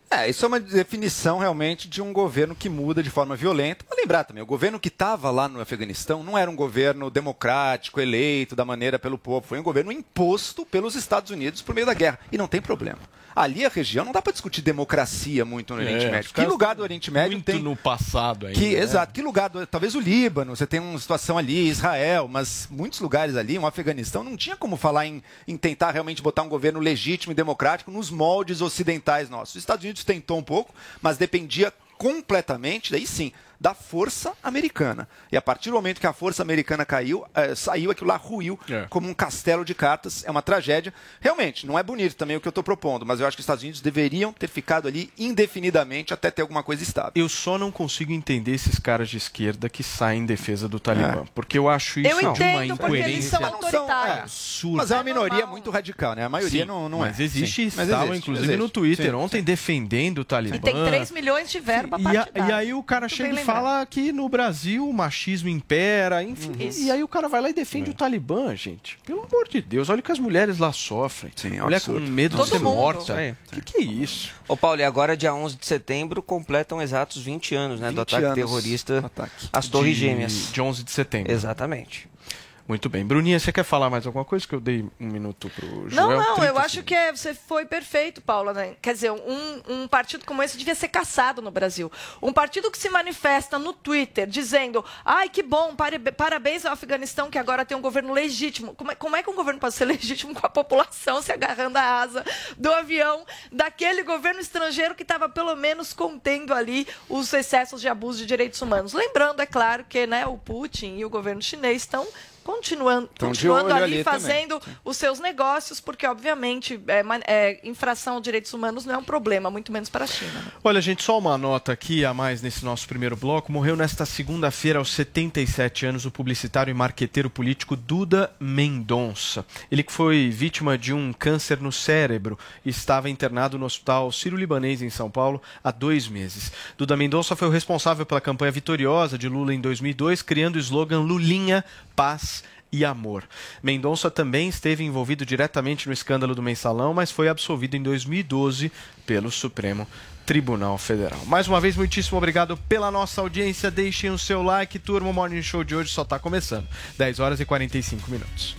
Isso é uma definição realmente de um governo que muda de forma violenta. Mas lembrar também, o governo que estava lá no Afeganistão não era um governo democrático, eleito da maneira pelo povo. Foi um governo imposto pelos Estados Unidos por meio da guerra. E não tem problema. Ali a região não dá para discutir democracia muito no Oriente Médio. Que lugar do Oriente Médio muito tem... no passado ainda. Exato. Que lugar, talvez o Líbano, você tem uma situação ali, Israel, mas muitos lugares ali, o Afeganistão, não tinha como falar em tentar realmente botar um governo legítimo e democrático nos moldes ocidentais nossos. Os Estados Unidos tentou um pouco, mas dependia completamente, daí sim, da força americana. E a partir do momento que a força americana saiu, aquilo lá ruiu como um castelo de cartas. É uma tragédia. Realmente, não é bonito também o que eu estou propondo, mas eu acho que os Estados Unidos deveriam ter ficado ali indefinidamente até ter alguma coisa estável. Eu só não consigo entender esses caras de esquerda que saem em defesa do Talibã, porque eu acho isso de uma incoerência eles são autoritários. absurda. Mas é uma minoria muito radical, né? A maioria não é. Mas existe, Mas estavam existe, inclusive no Twitter ontem sim. defendendo o Talibã. E tem 3 milhões de verba partidária. E aí o cara chega e fala que no Brasil o machismo impera, enfim. E aí o cara vai lá e defende o Talibã, gente. Pelo amor de Deus, olha o que as mulheres lá sofrem. Sim, mulher com medo de ser morta. Que é isso? Ô Paulo, e agora dia 11 de setembro completam exatos 20 anos, né, do ataque terrorista às Torres Gêmeas. De 11 de setembro. Exatamente. Muito bem. Bruninha, você quer falar mais alguma coisa? Que eu dei um minuto pro Joel. Não, eu acho que você foi perfeito, Paula. Né? Quer dizer, um partido como esse devia ser caçado no Brasil. Um partido que se manifesta no Twitter dizendo: ai, que bom, parabéns ao Afeganistão que agora tem um governo legítimo. Como é que um governo pode ser legítimo com a população se agarrando a asa do avião daquele governo estrangeiro que estava pelo menos contendo ali os excessos de abuso de direitos humanos? Lembrando, é claro, que o Putin e o governo chinês estão continuando ali fazendo os seus negócios, porque obviamente infração aos direitos humanos não é um problema, muito menos para a China. Né? Olha, gente, só uma nota aqui a mais nesse nosso primeiro bloco. Morreu nesta segunda-feira, aos 77 anos, o publicitário e marqueteiro político Duda Mendonça. Ele que foi vítima de um câncer no cérebro e estava internado no Hospital Sírio-Libanês em São Paulo há 2 meses. Duda Mendonça foi o responsável pela campanha vitoriosa de Lula em 2002, criando o slogan Lulinha, Paz e Amor. Mendonça também esteve envolvido diretamente no escândalo do Mensalão, mas foi absolvido em 2012 pelo Supremo Tribunal Federal. Mais uma vez, muitíssimo obrigado pela nossa audiência. Deixem o seu like, turma. O Morning Show de hoje só está começando. 10 horas e 45 minutos.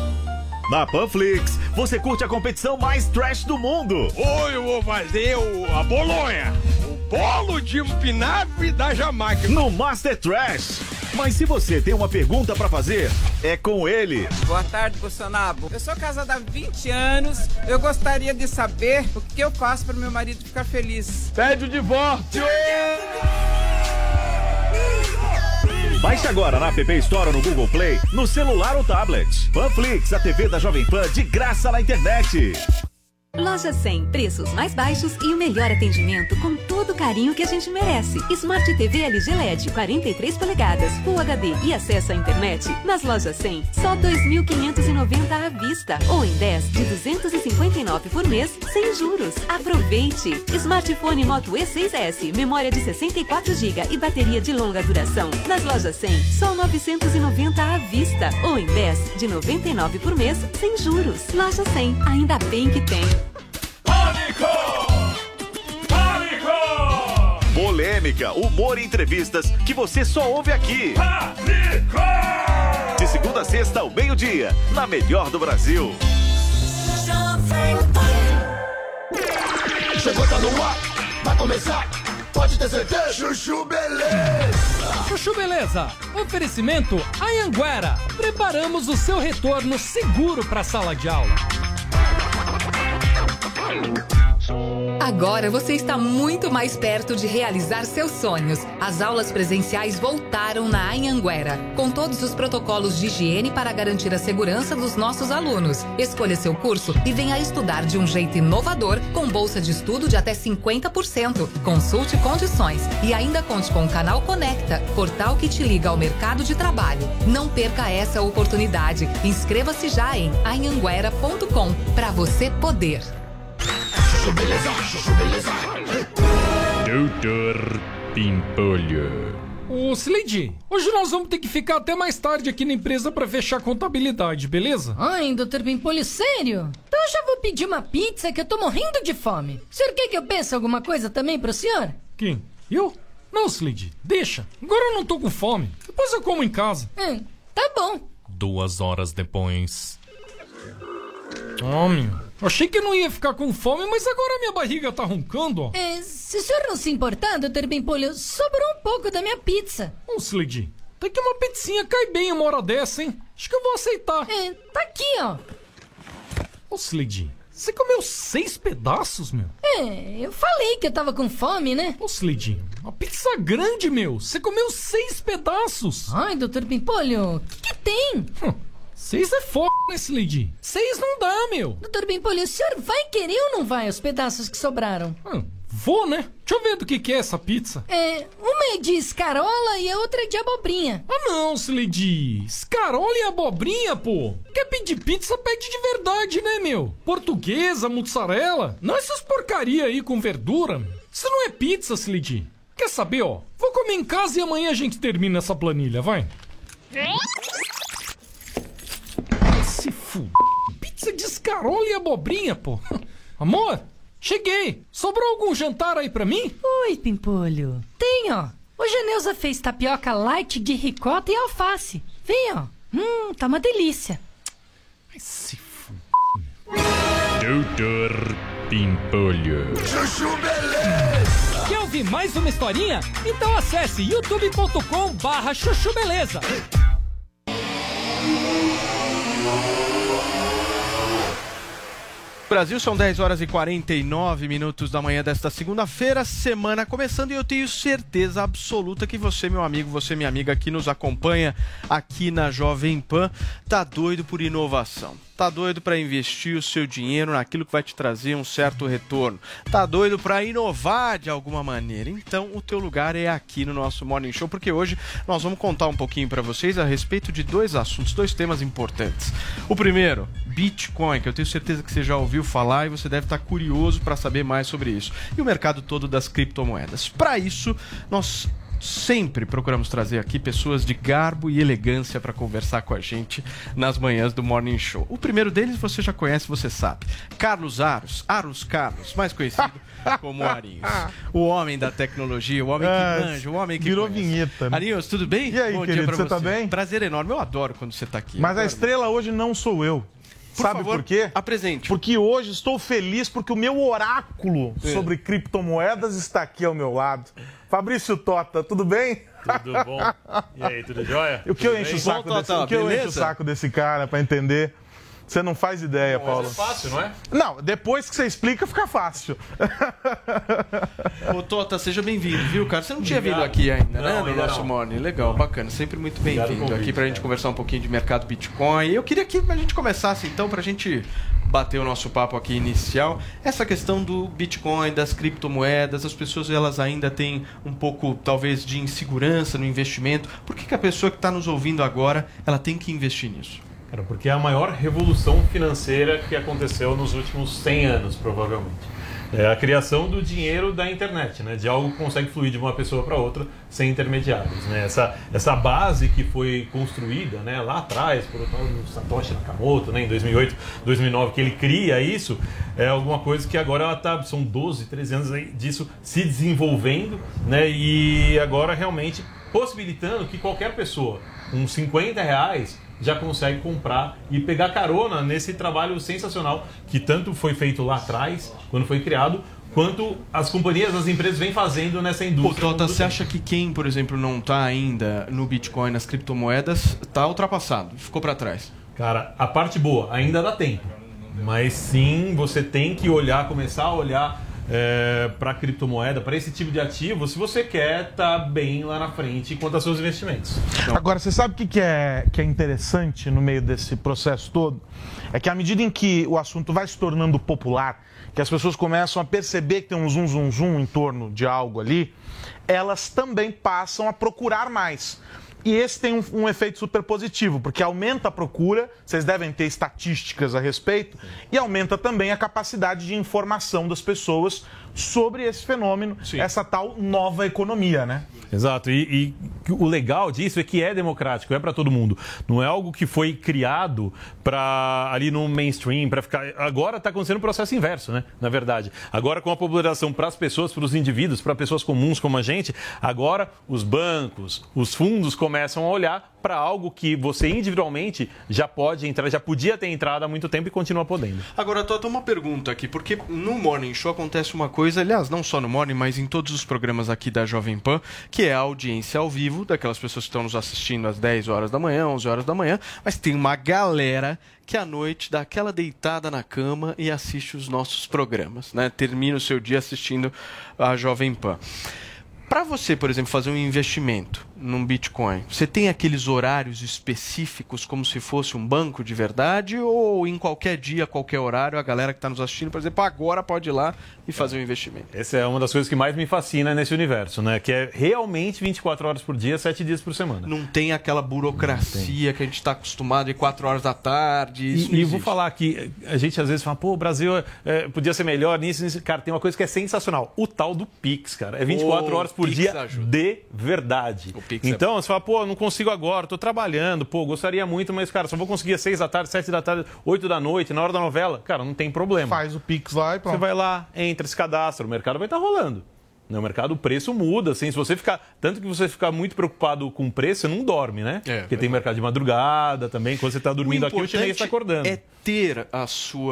Na Panflix, você curte a competição mais trash do mundo. Hoje eu vou fazer a Bolonha, o bolo de espinafre da Jamaica. No Master Trash. Mas se você tem uma pergunta pra fazer, é com ele. Boa tarde, Bolsonaro. Eu sou casada há 20 anos. Eu gostaria de saber o que eu faço para meu marido ficar feliz. Pede o divórcio. Baixe agora na App Store ou no Google Play, no celular ou tablet. Panflix, a TV da Jovem Pan de graça na internet. Loja 100, preços mais baixos e o melhor atendimento com todo o carinho que a gente merece. Smart TV LG LED 43 polegadas, Full HD e acesso à internet. Nas lojas 100, só 2.590 à vista ou em 10 de 259 por mês, sem juros. Aproveite! Smartphone Moto E6S, memória de 64 GB e bateria de longa duração. Nas lojas 100, só 990 à vista ou em 10 de 99 por mês, sem juros. Loja 100, ainda bem que tem. Polêmica, humor e entrevistas que você só ouve aqui. De segunda a sexta ao meio-dia, na melhor do Brasil. Chegou, tá no ar, vai começar, pode ter certeza. Chuchu Beleza. Chuchu Beleza, oferecimento Anhanguera. Preparamos o seu retorno seguro para a sala de aula. Agora você está muito mais perto de realizar seus sonhos. As aulas presenciais voltaram na Anhanguera, com todos os protocolos de higiene para garantir a segurança dos nossos alunos. Escolha seu curso e venha estudar de um jeito inovador, com bolsa de estudo de até 50%. Consulte condições e ainda conte com o Canal Conecta, portal que te liga ao mercado de trabalho. Não perca essa oportunidade. Inscreva-se já em anhanguera.com para você poder. Chuchu Beleza, Chuchu Beleza. Doutor Pimpolho. Ô, Sileidi, hoje nós vamos ter que ficar até mais tarde aqui na empresa pra fechar a contabilidade, beleza? Ai, Dr. Pimpolho, sério? Então eu já vou pedir uma pizza que eu tô morrendo de fome. O senhor quer que eu peça alguma coisa também pro senhor? Quem? Eu? Não, Sileidi, deixa. Agora eu não tô com fome. Depois eu como em casa. Tá bom. 2 horas depois. Homem, achei que eu não ia ficar com fome, mas agora minha barriga tá roncando, ó. Se o senhor não se importar, Dr. Pimpolho, sobrou um pouco da minha pizza. Ô, Sileidi, até que uma pizzinha cai bem uma hora dessa, hein? Acho que eu vou aceitar. Tá aqui, ó. Ô, Sileidi, você comeu 6 pedaços, meu? Eu falei que eu tava com fome, né? Ô, Sileidi, uma pizza grande, meu. Você comeu 6 pedaços. Ai, Dr. Pimpolho, o que tem? 6 é foda, né, Sileidi? 6 não dá, meu. Dr. Pimpolho, o senhor vai querer ou não vai os pedaços que sobraram? Vou, né? Deixa eu ver do que é essa pizza. Uma é de escarola e a outra é de abobrinha. Ah não, Sileidi. Escarola e abobrinha, pô. Quer pedir pizza, pede de verdade, né, meu? Portuguesa, mussarela. Não essas porcaria aí com verdura. Isso não é pizza, Sileidi. Quer saber, ó? Vou comer em casa e amanhã a gente termina essa planilha, vai. Se f... Pizza de escarola e abobrinha, pô. Amor, cheguei. Sobrou algum jantar aí pra mim? Oi, Pimpolho. Tem, ó. Hoje a Neuza fez tapioca light de ricota e alface. Vem, ó. Tá uma delícia. Ai, se f... Doutor Pimpolho. Chuchu Beleza! Quer ouvir mais uma historinha? Então acesse youtube.com/chuchu beleza. Brasil, são 10 horas e 49 minutos da manhã desta segunda-feira, semana começando, e eu tenho certeza absoluta que você, meu amigo, você, minha amiga, que nos acompanha aqui na Jovem Pan, tá doido por inovação. Tá doido para investir o seu dinheiro naquilo que vai te trazer um certo retorno. Tá doido para inovar de alguma maneira. Então, o teu lugar é aqui no nosso Morning Show, porque hoje nós vamos contar um pouquinho para vocês a respeito de 2 assuntos, 2 temas importantes. O primeiro, Bitcoin, que eu tenho certeza que você já ouviu falar e você deve estar curioso para saber mais sobre isso. E o mercado todo das criptomoedas. Para isso, nós sempre procuramos trazer aqui pessoas de garbo e elegância para conversar com a gente nas manhãs do Morning Show. O primeiro deles você já conhece, você sabe. Carlos Aros Carlos, mais conhecido como Arinhos. O homem da tecnologia, o homem que manja, o homem que virou conhece. Vinheta, né? Arinhos, tudo bem? E aí, bom querido, dia pra você tá bem? Prazer enorme, eu adoro quando você tá aqui. Mas a estrela hoje não sou eu. Sabe favor, por quê? Apresente. Porque hoje estou feliz porque o meu oráculo sobre criptomoedas está aqui ao meu lado. Fabrício Tota, tudo bem? Tudo bom? E aí, tudo jóia? O que eu encho o saco desse cara para entender? Você não faz ideia, Paulo. Mas é fácil, não é? Não, depois que você explica, fica fácil. Ô, Tota, seja bem-vindo, viu, cara? Você não tinha vindo aqui ainda, né? No nosso Morning. Legal, bacana. Sempre muito bem-vindo aqui pra gente conversar um pouquinho de mercado Bitcoin. E eu queria que a gente começasse, então, pra gente bater o nosso papo aqui inicial. Essa questão do Bitcoin, das criptomoedas, as pessoas elas ainda têm um pouco, talvez, de insegurança no investimento. Por que a pessoa que está nos ouvindo agora, ela tem que investir nisso? Cara, porque é a maior revolução financeira que aconteceu nos últimos 100 anos, provavelmente. É a criação do dinheiro da internet, né? De algo que consegue fluir de uma pessoa para outra sem intermediários, né? Essa base que foi construída, né, lá atrás por o tal do Satoshi Nakamoto, né, em 2008, 2009, que ele cria isso, é alguma coisa que agora ela tá, são 12, 13 anos aí disso se desenvolvendo, né? E agora realmente possibilitando que qualquer pessoa com R$50 já consegue comprar e pegar carona nesse trabalho sensacional que tanto foi feito lá atrás, quando foi criado, quanto as companhias, as empresas vêm fazendo nessa indústria. Pô, Tota, você acha que quem, por exemplo, não está ainda no Bitcoin, nas criptomoedas, está ultrapassado, ficou para trás? Cara, a parte boa, ainda dá tempo. Mas sim, você tem que olhar, começar a olhar para criptomoeda, para esse tipo de ativo, se você quer estar bem lá na frente quanto aos seus investimentos. Agora, você sabe o que é interessante no meio desse processo todo? É que à medida em que o assunto vai se tornando popular, que as pessoas começam a perceber que tem um zum em torno de algo ali, elas também passam a procurar mais. E esse tem um efeito super positivo, porque aumenta a procura, vocês devem ter estatísticas a respeito, e aumenta também a capacidade de informação das pessoas sobre esse fenômeno, essa tal nova economia, né? Exato, e o legal disso é que é democrático, é para todo mundo. Não é algo que foi criado para ali no mainstream, para ficar... Agora está acontecendo o processo inverso, né? Na verdade. Agora com a popularização para as pessoas, para os indivíduos, para pessoas comuns como a gente, agora os bancos, os fundos começam a olhar para algo que você individualmente já pode entrar, já podia ter entrado há muito tempo e continua podendo. Agora, Tota, uma pergunta aqui, porque no Morning Show acontece uma coisa, aliás, não só no Morning, mas em todos os programas aqui da Jovem Pan, que é a audiência ao vivo, daquelas pessoas que estão nos assistindo às 10 horas da manhã, 11 horas da manhã, mas tem uma galera que à noite dá aquela deitada na cama e assiste os nossos programas, né? Termina o seu dia assistindo a Jovem Pan. Para você, por exemplo, fazer um investimento num Bitcoin, você tem aqueles horários específicos como se fosse um banco de verdade ou em qualquer dia, qualquer horário, a galera que está nos assistindo, por exemplo, agora pode ir lá e fazer um investimento? Essa é uma das coisas que mais me fascina nesse universo, né? Que é realmente 24 horas por dia, 7 dias por semana. Não tem aquela burocracia que a gente está acostumado de 4 horas da tarde. Isso e vou falar que a gente às vezes fala, pô, o Brasil podia ser melhor nisso. Cara, tem uma coisa que é sensacional. O tal do Pix, cara. É 24 horas por dia de verdade. Então, você fala, pô, não consigo agora, tô trabalhando, pô, gostaria muito, mas, cara, só vou conseguir às 6 da tarde, 7 da tarde, 8 da noite, na hora da novela. Cara, não tem problema. Faz o Pix lá e pronto. Você vai lá, entra, se cadastra, o mercado vai estar rolando. No mercado o preço muda, assim, se você ficar... Tanto que você ficar muito preocupado com o preço, você não dorme, né? Porque tem mercado de madrugada também, quando você está dormindo aqui, o chinês está acordando. É ter a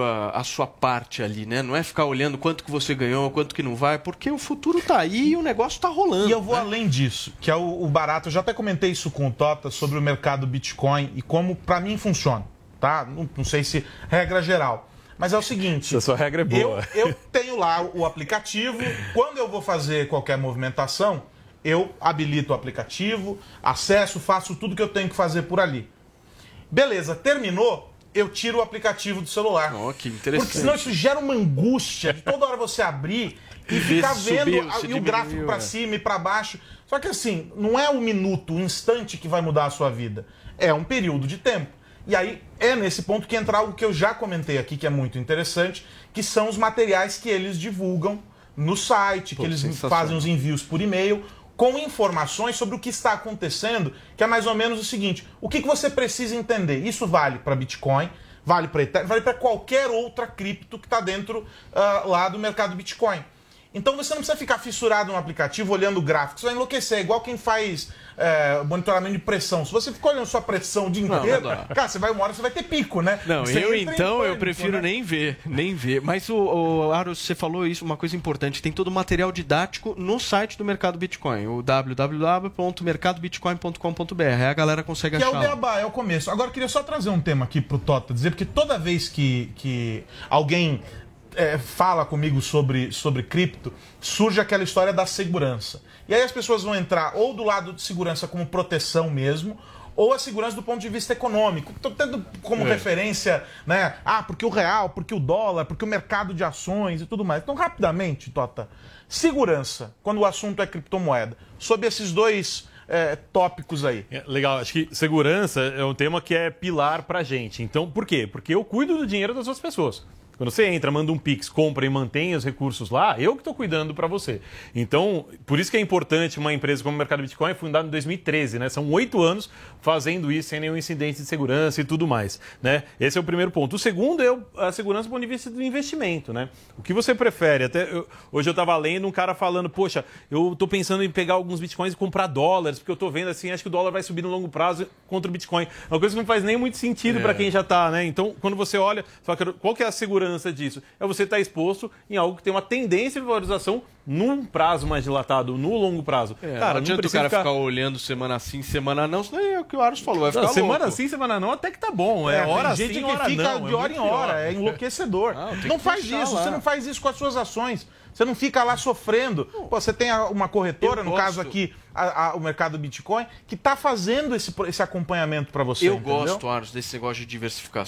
sua parte ali, né? Não é ficar olhando quanto que você ganhou, quanto que não vai, porque o futuro tá aí e o negócio tá rolando. E eu vou além disso, que é o barato. Eu já até comentei isso com o Tota sobre o mercado Bitcoin e como para mim funciona, tá? Não sei se regra geral. Mas é o seguinte... A sua regra é boa. Eu tenho lá o aplicativo. Quando eu vou fazer qualquer movimentação, eu habilito o aplicativo, acesso, faço tudo que eu tenho que fazer por ali. Beleza, terminou, eu tiro o aplicativo do celular. Oh, que interessante. Porque senão isso gera uma angústia de toda hora você abrir e ficar vendo o gráfico para cima e para baixo. Só que assim, não é um minuto, um instante que vai mudar a sua vida. É um período de tempo. E aí é nesse ponto que entra algo que eu já comentei aqui, que é muito interessante, que são os materiais que eles divulgam no site, que eles fazem os envios por e-mail, com informações sobre o que está acontecendo, que é mais ou menos o seguinte: o que você precisa entender? Isso vale para Bitcoin, vale para Ethereum, vale para qualquer outra cripto que está dentro lá do mercado Bitcoin. Então você não precisa ficar fissurado no aplicativo olhando gráficos, você vai enlouquecer, é igual quem faz monitoramento de pressão. Se você ficar olhando sua pressão o dia inteiro, cara, você vai uma hora, você vai ter pico, né? Não, você eu prefiro nem ver. Mas o Aros, você falou isso, uma coisa importante, tem todo o material didático no site do Mercado Bitcoin, o www.mercadobitcoin.com.br, aí a galera consegue achar. Que é o beabá, é o começo. Agora eu queria só trazer um tema aqui pro Tota dizer, porque toda vez que alguém fala comigo sobre cripto, surge aquela história da segurança. E aí as pessoas vão entrar ou do lado de segurança como proteção mesmo, ou a segurança do ponto de vista econômico. Estou tendo como referência, né? Porque o real, porque o dólar, porque o mercado de ações e tudo mais. Então, rapidamente, Tota, segurança, quando o assunto é criptomoeda, sob esses dois tópicos aí. Legal, acho que segurança é um tema que é pilar pra gente. Então, por quê? Porque eu cuido do dinheiro das outras pessoas. Quando você entra, manda um Pix, compra e mantém os recursos lá, eu que estou cuidando para você. Então, por isso que é importante uma empresa como o Mercado Bitcoin, fundada em 2013, né? São 8 anos fazendo isso sem nenhum incidente de segurança e tudo mais, né? Esse é o primeiro ponto. O segundo é a segurança do ponto de vista do investimento, né? O que você prefere? Hoje eu estava lendo um cara falando, poxa, eu estou pensando em pegar alguns Bitcoins e comprar dólares, porque eu estou vendo assim, acho que o dólar vai subir no longo prazo contra o Bitcoin. Uma coisa que não faz nem muito sentido para quem já está, né? Então, quando você olha, qual que é a segurança disso? É você estar exposto em algo que tem uma tendência de valorização num prazo mais dilatado, no longo prazo. Cara, não adianta o cara ficar olhando semana sim, semana não, senão é o que o Aros falou, vai ficar louco. Semana sim, semana não, até que tá bom. Hora tem gente sim, que hora fica não, de hora em hora, é enlouquecedor. Não faz isso, você não faz isso com as suas ações. Você não fica lá sofrendo. Pô, você tem uma corretora, no caso aqui, o mercado Bitcoin, que está fazendo esse acompanhamento para você. Eu gosto, Aros, desse negócio de diversificação.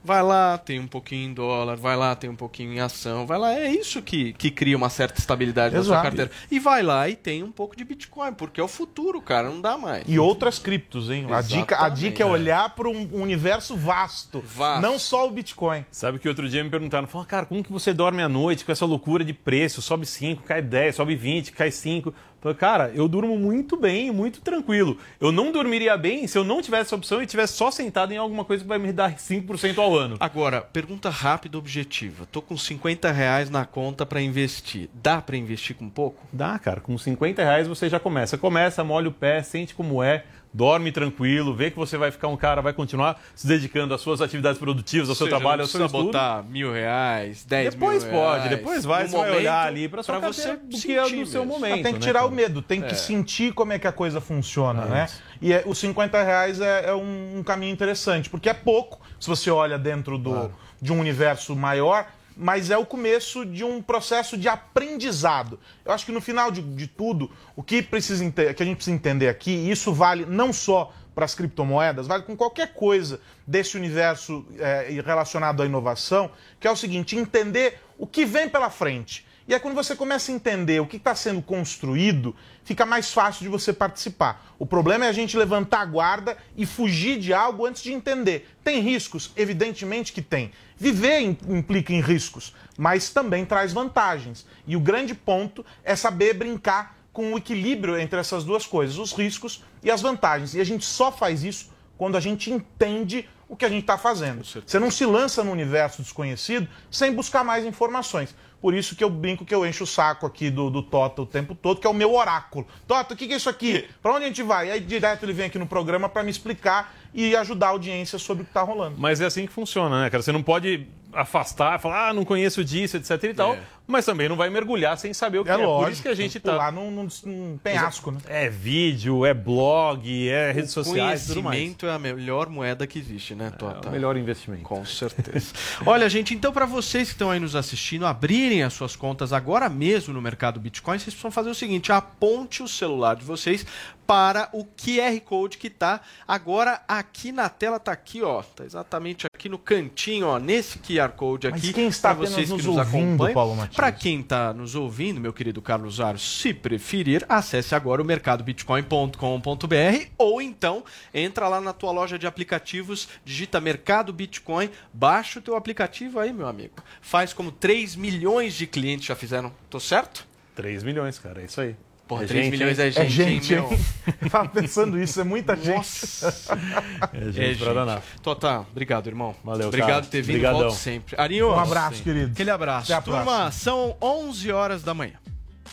Vai lá, tem um pouquinho em dólar, vai lá, tem um pouquinho em ação, vai lá, é isso que cria uma certa estabilidade na sua carteira. E vai lá e tem um pouco de Bitcoin, porque é o futuro, cara, não dá mais. E outras criptos, hein? A dica é olhar para um universo vasto, não só o Bitcoin. Sabe que outro dia me perguntaram, cara, como que você dorme à noite com essa loucura de preço? Sobe 5, cai 10, sobe 20, cai 5... Cara, eu durmo muito bem, muito tranquilo. Eu não dormiria bem se eu não tivesse essa opção e estivesse só sentado em alguma coisa que vai me dar 5% ao ano. Agora, pergunta rápida, objetiva. Tô com R$50 na conta para investir. Dá para investir com pouco? Dá, cara. Com R$50 você já começa. Começa, molha o pé, sente como é, dorme tranquilo, vê que você vai ficar um cara, vai continuar se dedicando às suas atividades produtivas, ao seu trabalho, ao seu estudo. Botar R$1.000, 10 depois mil pode, reais, depois vai, você vai olhar ali para sua carteira, você que é do seu momento. Tem que tirar o medo, tem que sentir como é que a coisa funciona, né? E os R$50 é um caminho interessante, porque é pouco, se você olha dentro de um universo maior, mas é o começo de um processo de aprendizado. Eu acho que no final de tudo, o que a gente precisa entender aqui, e isso vale não só para as criptomoedas, vale com qualquer coisa desse universo relacionado à inovação, que é o seguinte, entender o que vem pela frente. E aí quando você começa a entender o que está sendo construído, fica mais fácil de você participar. O problema é a gente levantar a guarda e fugir de algo antes de entender. Tem riscos? Evidentemente que tem. Viver implica em riscos, mas também traz vantagens. E o grande ponto é saber brincar com o equilíbrio entre essas duas coisas, os riscos e as vantagens. E a gente só faz isso quando a gente entende o que a gente está fazendo. Você não se lança no universo desconhecido sem buscar mais informações. Por isso que eu brinco que eu encho o saco aqui do Tota o tempo todo, que é o meu oráculo. Tota, o que é isso aqui? Para onde a gente vai? E aí direto ele vem aqui no programa para me explicar e ajudar a audiência sobre o que está rolando. Mas é assim que funciona, né, cara? Você não pode afastar, falar, não conheço disso, etc e tal, mas também não vai mergulhar sem saber o que é. Lógico, por isso que a gente tá lá num penhasco, né? É vídeo, é blog, é redes sociais, tudo mais. Conhecimento é a melhor moeda que existe, né, Tota? É o melhor investimento. Com certeza. Olha, gente, então para vocês que estão aí nos assistindo, abrirem as suas contas agora mesmo no mercado Bitcoin, vocês precisam fazer o seguinte, aponte o celular de vocês para o QR Code que está agora aqui na tela, está aqui, ó, está exatamente aqui no cantinho, ó, nesse QR Code aqui. Mas quem está apenas vocês que nos nos ouvindo, acompanham. Paulo Matias? Para quem está nos ouvindo, meu querido Carlos Aro, se preferir, acesse agora o mercadobitcoin.com.br ou então entra lá na tua loja de aplicativos, digita Mercado Bitcoin, baixa o teu aplicativo aí, meu amigo. Faz como 3 milhões de clientes já fizeram, tô certo? 3 milhões, cara, é isso aí. Porra, 3 milhões é gente, hein, meu? Eu tava pensando isso, é muita gente. Nossa. É gente pra danar. Tota, obrigado, irmão. Valeu, obrigado cara. por ter vindo, Obrigadão. volto sempre. Arinho, Um abraço, querido. Aquele abraço. Até a Turma, próxima. são 11 horas da manhã.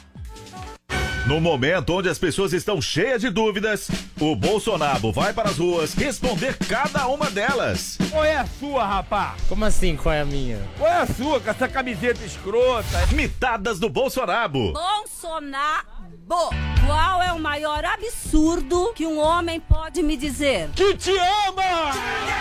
No momento onde as pessoas estão cheias de dúvidas, o Bolsonaro vai para as ruas responder cada uma delas. Qual é a sua, rapá? Como assim, qual é a minha? Qual é a sua, com essa camiseta escrota? Mitadas do Bolsonaro. Bolsonaro, qual é o maior absurdo que um homem pode me dizer? Que te ama!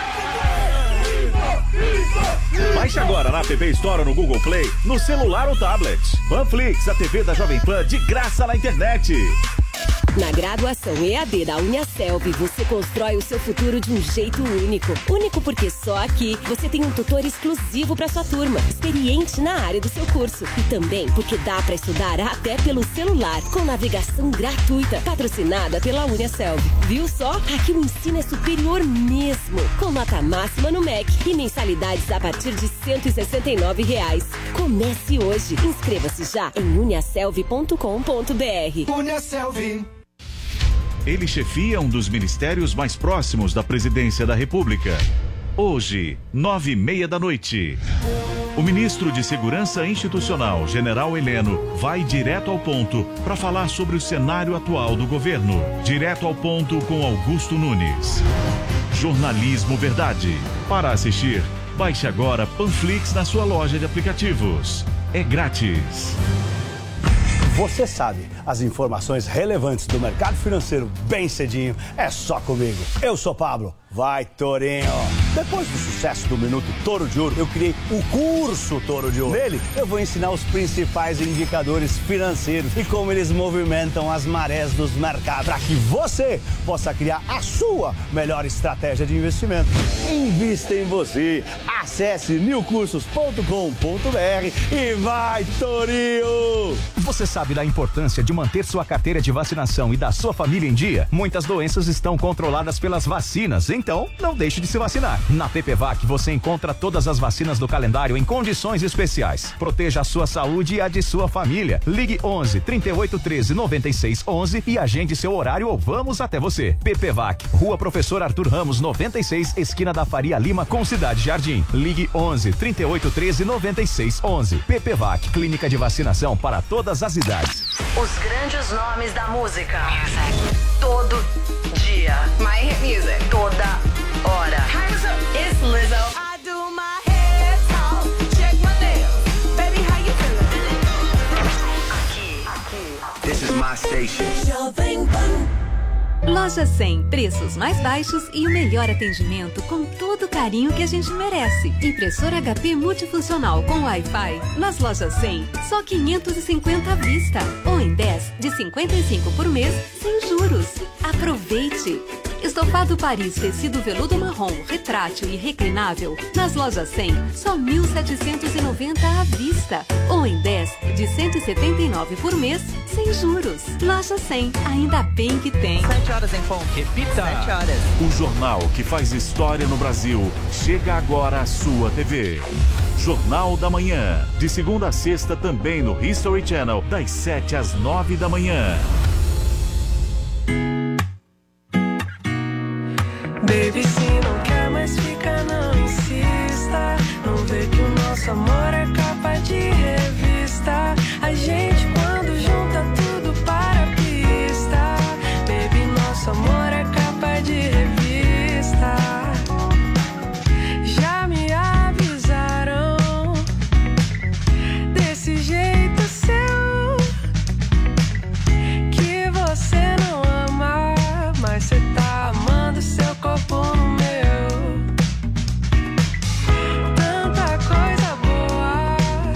Baixe agora na TV Store ou no Google Play, no celular ou tablet. Panflix, a TV da Jovem Pan, de graça na internet. Na graduação EAD da Uniaselv, você constrói o seu futuro de um jeito único. Único porque só aqui você tem um tutor exclusivo para sua turma, experiente na área do seu curso. E também porque dá para estudar até pelo celular, com navegação gratuita, patrocinada pela Uniaselv. Viu só? Aqui o ensino é superior mesmo, com nota máxima no MEC e mensalidades a partir de R$169. Comece hoje. Inscreva-se já em uniaselv.com.br. Uniaselv. Ele chefia um dos ministérios mais próximos da presidência da República. Hoje, 9h30 da noite. O ministro de Segurança Institucional, General Heleno, vai direto ao ponto para falar sobre o cenário atual do governo. Direto ao ponto com Augusto Nunes. Jornalismo Verdade. Para assistir, baixe agora Panflix na sua loja de aplicativos. É grátis. Você sabe, as informações relevantes do mercado financeiro bem cedinho é só comigo. Eu sou Pablo. Vai, Torinho! Depois do sucesso do Minuto Toro de Ouro, eu criei o curso Toro de Ouro. Nele, eu vou ensinar os principais indicadores financeiros e como eles movimentam as marés dos mercados, para que você possa criar a sua melhor estratégia de investimento. Invista em você. Acesse newcursos.com.br e vai, Torinho! Você sabe da importância de manter sua carteira de vacinação e da sua família em dia? Muitas doenças estão controladas pelas vacinas, então não deixe de se vacinar. Na PPVAC você encontra todas as vacinas do calendário em condições especiais. Proteja a sua saúde e a de sua família. Ligue 11 38 13 96 11 e agende seu horário ou vamos até você. PPVAC, Rua Professor Arthur Ramos 96, esquina da Faria Lima com Cidade Jardim. Ligue 11 38 13 96 11. PPVAC, clínica de vacinação para todas as idades. Os grandes nomes da música. Todo dia. My Hit Music. Toda hora. Hi, what's up? It's Lizzo. I do my head talk, check my nails. Baby, how you feeling? Aqui. This is my station. Jovem Pan. Loja 100, preços mais baixos e o melhor atendimento com todo o carinho que a gente merece. Impressora HP multifuncional com Wi-Fi. Nas lojas 100, só 550 à vista. Ou em 10, de 55 por mês, sem juros. Aproveite! Estofado Paris tecido veludo marrom, retrátil e reclinável. Nas lojas 100, só 1.790 à vista. Ou em 10, de 179 por mês, sem juros. Loja 100, ainda bem que tem. 7 horas em ponto. Repita. 7 horas. O jornal que faz história no Brasil chega agora à sua TV. Jornal da Manhã. De segunda a sexta também no History Channel, das 7 às 9 da manhã. Baby, se não quer mais ficar, não insista. Não vê que o nosso amor é capa de revista. A gente quando junta tudo para a pista. Baby, nosso amor é capa de revista. Já me avisaram desse jeito seu, que você não ama, mas você tá amando seu corpo no meu. Tanta coisa boa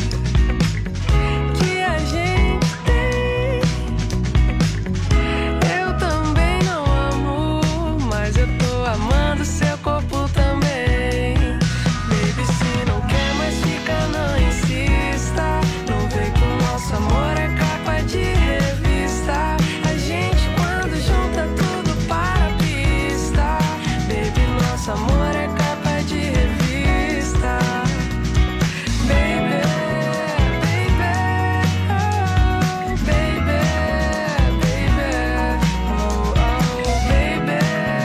que a gente tem. Eu também não amo, mas eu tô amando seu corpo também. Baby, se não quer mais ficar, não insista. Não vê que o nosso amor é capa de revista. A gente quando junta tudo para a pista. Baby, nosso amor é capa de revista. Baby, baby, oh, baby, baby, oh, oh, baby,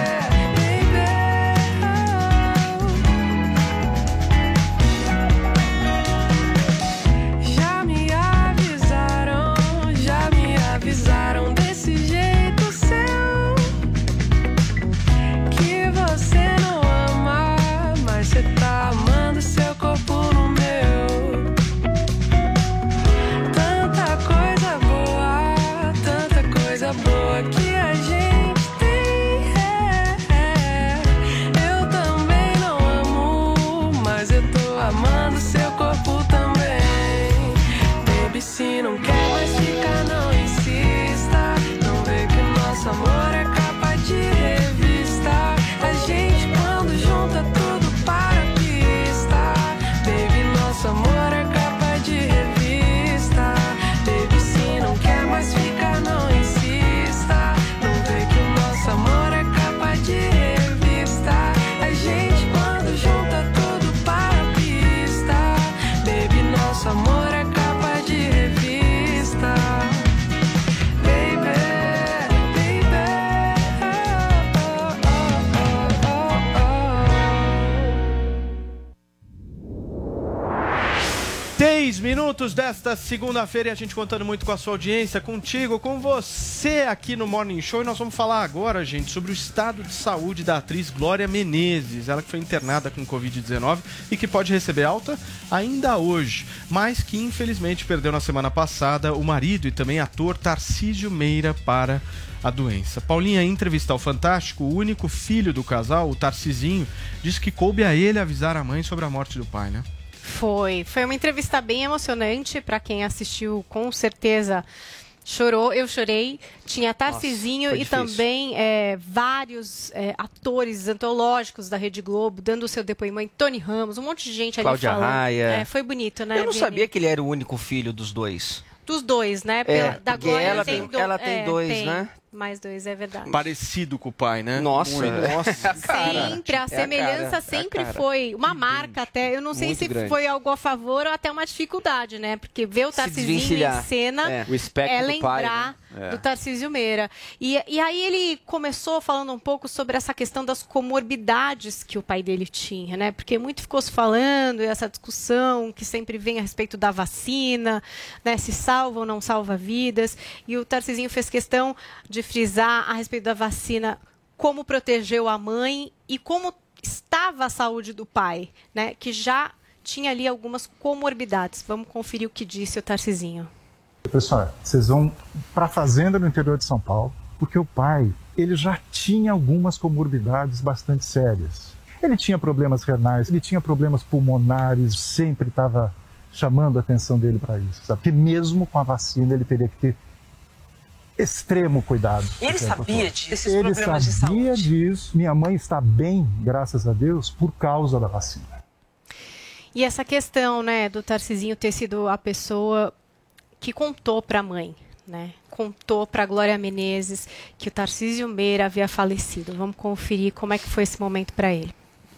baby, oh. Já me avisaram desse jeito seu, que você não ama, mas você tá amando seu corpo no meu. Tanta coisa boa que a gente tem. Eu também não amo, mas eu tô amando seu corpo também. Baby, se não quer mais ficar, não insista. Não vê que o nosso amor é capa de revista. A gente quando junta tudo para a pista. Baby, nosso amor é capa de revista. Baby, se não quer mais ficar, não insista. Não vê que o nosso amor é capa de revista. A gente quando junta tudo para a pista. Baby, nosso amor é capa de revista. 6 minutos desta segunda-feira e a gente contando muito com a sua audiência, contigo, com você aqui no Morning Show. E nós vamos falar agora, gente, sobre o estado de saúde da atriz Glória Menezes. Ela que foi internada com Covid-19 e que pode receber alta ainda hoje, mas que infelizmente perdeu na semana passada o marido e também ator Tarcísio Meira para a doença. Paulinha, em entrevista ao Fantástico, o único filho do casal, o Tarcisinho, disse que coube a ele avisar a mãe sobre a morte do pai, né? Foi uma entrevista bem emocionante, para quem assistiu, com certeza chorou, eu chorei. Tinha Tarcisinho e também vários atores antológicos da Rede Globo dando o seu depoimento, Tony Ramos, um monte de gente Cláudia ali falando. Raia. Foi bonito, né? Eu não Vini? sabia que ele era o único filho dos dois. Dos dois, né? Da Glória ela tem dois, né? Mais dois, é verdade. Parecido com o pai, né? Nossa. Sempre, a semelhança sempre foi uma marca até. Eu não sei se foi algo a favor ou até uma dificuldade, né? Porque ver o Tarcisinho em cena o espectro do lembrar pai, né? do Tarcísio Meira. E aí ele começou falando um pouco sobre essa questão das comorbidades que o pai dele tinha, né? Porque muito ficou se falando, essa discussão que sempre vem a respeito da vacina, né? Se salva ou não salva vidas. E o Tarcisinho fez questão de frisar a respeito da vacina, como protegeu a mãe e como estava a saúde do pai, né? Que já tinha ali algumas comorbidades. Vamos conferir o que disse o Tarcisinho. Pessoal, vocês vão para a fazenda no interior de São Paulo, porque o pai, ele já tinha algumas comorbidades bastante sérias. Ele tinha problemas renais, ele tinha problemas pulmonares, sempre estava chamando a atenção dele para isso, sabe? Porque mesmo com a vacina ele teria que ter extremo cuidado. Ele sabia desses Ele problemas de sabia saúde? disso. Minha mãe está bem, graças a Deus, por causa da vacina. E essa questão, né, do Tarcisinho ter sido a pessoa que contou para a mãe, né? Contou para a Glória Menezes que o Tarcísio Meira havia falecido. Vamos conferir como é que foi esse momento para ele.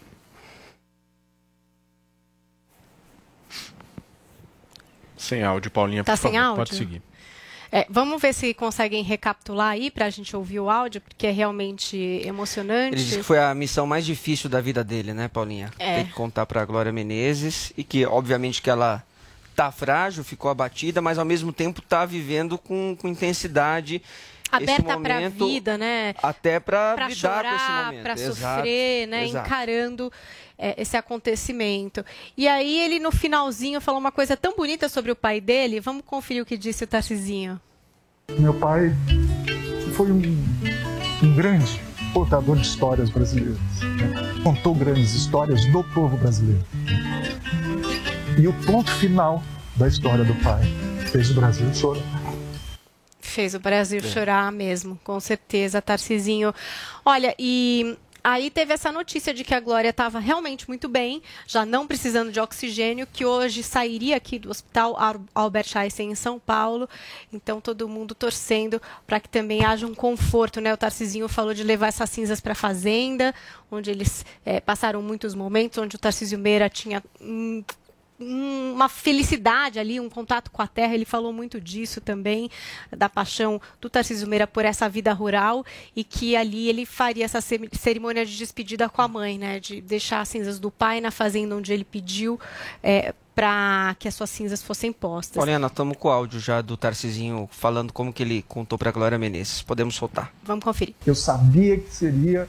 Sem áudio, Paulinha, Tá por favor. sem áudio? Pode seguir. Vamos ver se conseguem recapitular aí para a gente ouvir o áudio, porque é realmente emocionante. Ele disse que foi a missão mais difícil da vida dele, né, Paulinha? Tem que contar para a Glória Menezes e que, obviamente, que ela tá frágil, ficou abatida, mas ao mesmo tempo tá vivendo com intensidade. Aberta para a vida, né? Até para lidar chorar, com esse momento. Para sofrer, né? Exato. Encarando esse acontecimento. E aí ele no finalzinho falou uma coisa tão bonita sobre o pai dele. Vamos conferir o que disse o Tarcisinho. Meu pai foi um grande contador de histórias brasileiras, né? Contou grandes histórias do povo brasileiro. E o ponto final da história do pai fez o Brasil chorar. Fez o Brasil chorar mesmo, com certeza, Tarcisinho. Olha, e aí teve essa notícia de que a Glória estava realmente muito bem, já não precisando de oxigênio, que hoje sairia aqui do Hospital Albert Einstein em São Paulo. Então, todo mundo torcendo para que também haja um conforto, né? O Tarcisinho falou de levar essas cinzas para a fazenda, onde eles passaram muitos momentos, onde o Tarcísio Meira tinha uma felicidade ali, um contato com a terra. Ele falou muito disso também, da paixão do Tarcísio Meira por essa vida rural, e que ali ele faria essa cerimônia de despedida com a mãe, né, de deixar as cinzas do pai na fazenda onde ele pediu para que as suas cinzas fossem postas. Paulinha, nós estamos com o áudio já do Tarcisinho falando como que ele contou para a Glória Menezes. Podemos soltar. Vamos conferir. Eu sabia que seria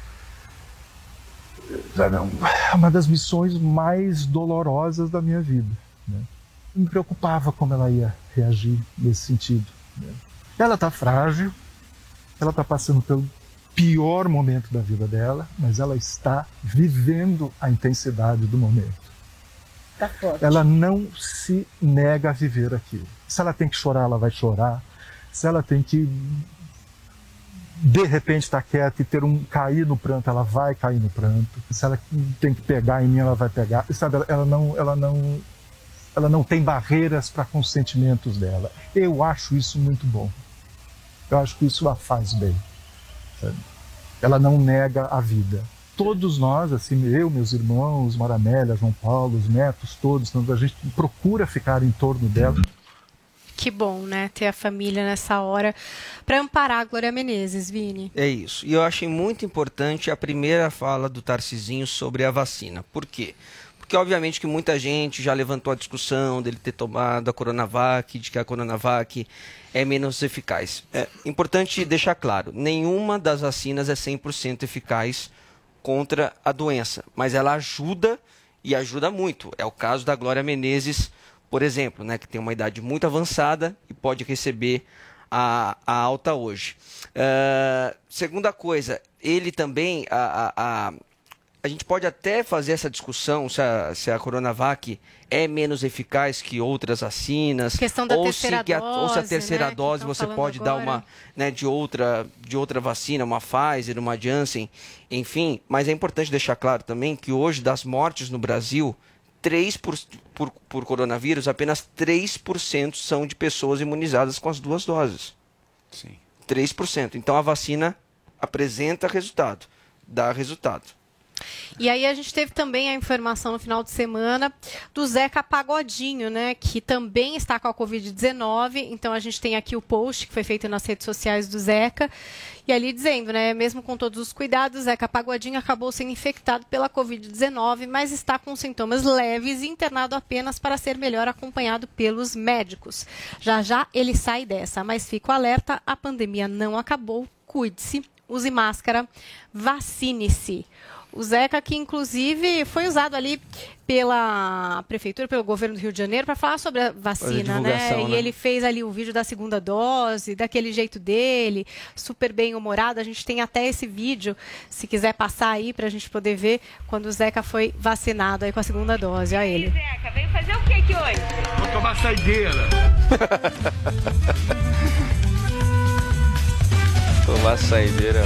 uma das missões mais dolorosas da minha vida, né? Me preocupava como ela ia reagir nesse sentido, né? Ela está frágil, ela está passando pelo pior momento da vida dela, mas ela está vivendo a intensidade do momento. Tá forte. Ela não se nega a viver aquilo. Se ela tem que chorar, ela vai chorar. Se ela tem que de repente estar quieta e cair no pranto, ela vai cair no pranto. Se ela tem que pegar em mim, ela vai pegar. Sabe, ela não tem barreiras para com os sentimentos dela. Eu acho isso muito bom. Eu acho que isso a faz bem. Sabe? Ela não nega a vida. Todos nós, assim, eu, meus irmãos, Maramélia, João Paulo, os netos, todos, a gente procura ficar em torno dela. Que bom, né? Ter a família nessa hora para amparar a Glória Menezes, Vini. É isso. E eu achei muito importante a primeira fala do Tarcisinho sobre a vacina. Por quê? Porque, obviamente, que muita gente já levantou a discussão dele ter tomado a Coronavac, de que a Coronavac é menos eficaz. É importante deixar claro, nenhuma das vacinas é 100% eficaz contra a doença, mas ela ajuda e ajuda muito. É o caso da Glória Menezes, por exemplo, né, que tem uma idade muito avançada e pode receber a alta hoje. Segunda coisa, ele também... A gente pode até fazer essa discussão se a Coronavac é menos eficaz que outras vacinas, questão da ou terceira se a terceira né, dose você pode dar uma, né, de outra vacina, uma Pfizer, uma Janssen, enfim. Mas é importante deixar claro também que hoje, das mortes no Brasil, 3 por coronavírus, apenas 3% são de pessoas imunizadas com as 2 doses. Sim. 3%. Então a vacina apresenta resultado, dá resultado. E aí a gente teve também a informação no final de semana do Zeca Pagodinho, né, que também está com a Covid-19. Então a gente tem aqui o post que foi feito nas redes sociais do Zeca, e ali dizendo, né, mesmo com todos os cuidados, Zeca Pagodinho acabou sendo infectado pela Covid-19, mas está com sintomas leves e internado apenas para ser melhor acompanhado pelos médicos. Já já ele sai dessa, mas fica o alerta, a pandemia não acabou, cuide-se, use máscara, vacine-se. O Zeca, que inclusive foi usado ali pela prefeitura, pelo governo do Rio de Janeiro, para falar sobre a vacina, né? E ele fez ali o vídeo da segunda dose, daquele jeito dele, super bem-humorado. A gente tem até esse vídeo, se quiser passar aí, para a gente poder ver quando o Zeca foi vacinado aí com a segunda dose. Olha ele. Zeca, veio fazer o que aqui hoje? Vou tomar saideira. Tomar saideira,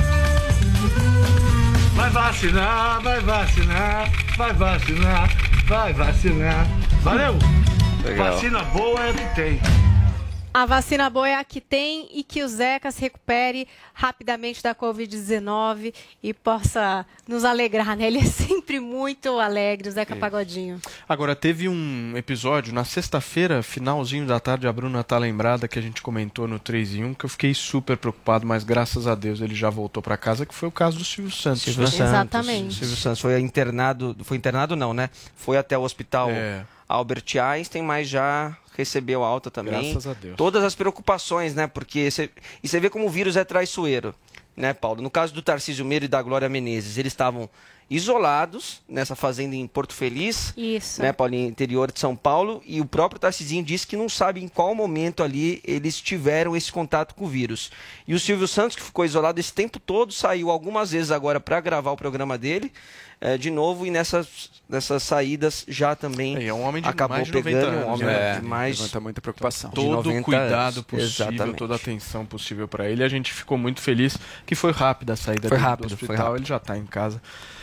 Vai vacinar, vai vacinar, vai vacinar, vai vacinar. Valeu! Legal. Vacina boa é a que tem. A vacina boa é a que tem, e que o Zeca se recupere rapidamente da Covid-19 e possa nos alegrar, né? Ele é sempre muito alegre, o Zeca Pagodinho. Agora, teve um episódio na sexta-feira, finalzinho da tarde, a Bruna tá lembrada, que a gente comentou no 3 em 1, que eu fiquei super preocupado, mas graças a Deus ele já voltou para casa, que foi o caso do Silvio Santos. Silvio Santos. Exatamente. Silvio Santos foi internado não, né? Foi até o hospital Albert Einstein, mas já recebeu alta também. Graças a Deus. Todas as preocupações, né? Porque você vê como o vírus é traiçoeiro, né, Paulo? No caso do Tarcísio Meira e da Glória Menezes, eles estavam isolados nessa fazenda em Porto Feliz, isso, né, Paulinho, interior de São Paulo, e o próprio Tarcisinho disse que não sabe em qual momento ali eles tiveram esse contato com o vírus. E o Silvio Santos, que ficou isolado esse tempo todo, saiu algumas vezes agora para gravar o programa dele, de novo, e nessas saídas já também é um homem de acabou mais de pegando 90 anos, um homem de mais levanta muita preocupação. de Todo 90 cuidado anos. possível, Exatamente. toda a atenção possível para ele. A gente ficou muito feliz que foi rápida a saída dele do hospital. Ele já está em casa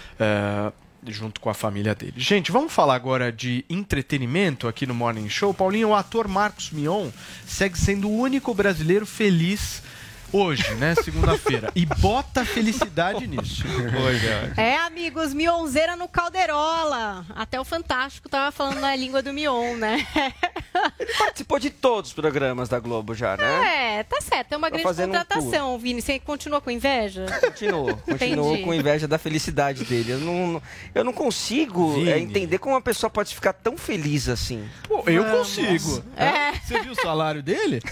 junto com a família dele. Gente, vamos falar agora de entretenimento aqui no Morning Show. Paulinho, o ator Marcos Mion segue sendo o único brasileiro feliz hoje, né? Segunda-feira. E bota felicidade nisso. Amigos, Mionzeira no Calderola. Até o Fantástico tava falando na língua do Mion, né? Ele participou de todos os programas da Globo já, né? Tá certo. É uma grande contratação, Vini. Você continua com inveja? Continuo com inveja da felicidade dele. Eu não consigo entender como uma pessoa pode ficar tão feliz assim. Pô, eu consigo. Você viu o salário dele?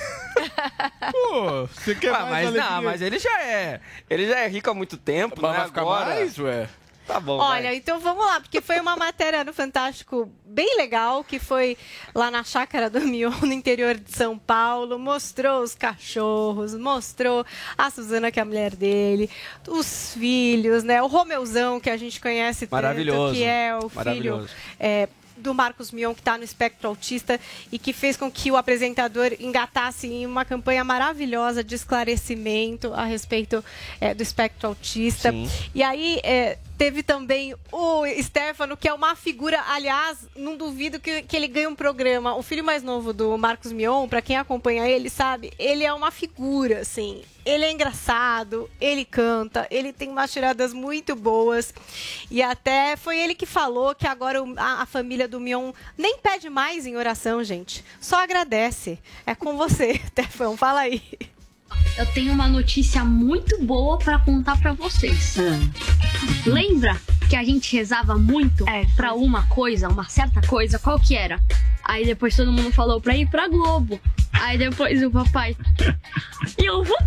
Pô, você quer mais alegria? Mas ele já é rico há muito tempo, mas né? Vai ficar Agora mais, ué. Tá bom. Olha, então vamos lá, porque foi uma matéria no Fantástico bem legal, que foi lá na chácara do Mion, no interior de São Paulo, mostrou os cachorros, mostrou a Suzana, que é a mulher dele, os filhos, né? O Romeuzão, que a gente conhece tanto, que é o filho do Marcos Mion, que está no espectro autista e que fez com que o apresentador engatasse em uma campanha maravilhosa de esclarecimento a respeito do espectro autista. Sim. E aí teve também o Stefano, que é uma figura, aliás, não duvido que ele ganhe um programa. O filho mais novo do Marcos Mion, para quem acompanha ele, sabe, ele é uma figura, assim. Ele é engraçado, ele canta, ele tem umas tiradas muito boas. E até foi ele que falou que agora a família do Mion nem pede mais em oração, gente. Só agradece. É com você, Stefano, fala aí. Eu tenho uma notícia muito boa para contar para vocês. Lembra que a gente rezava muito pra uma coisa, uma certa coisa, qual que era? Aí depois todo mundo falou pra ir pra Globo. Aí depois o papai, eu vou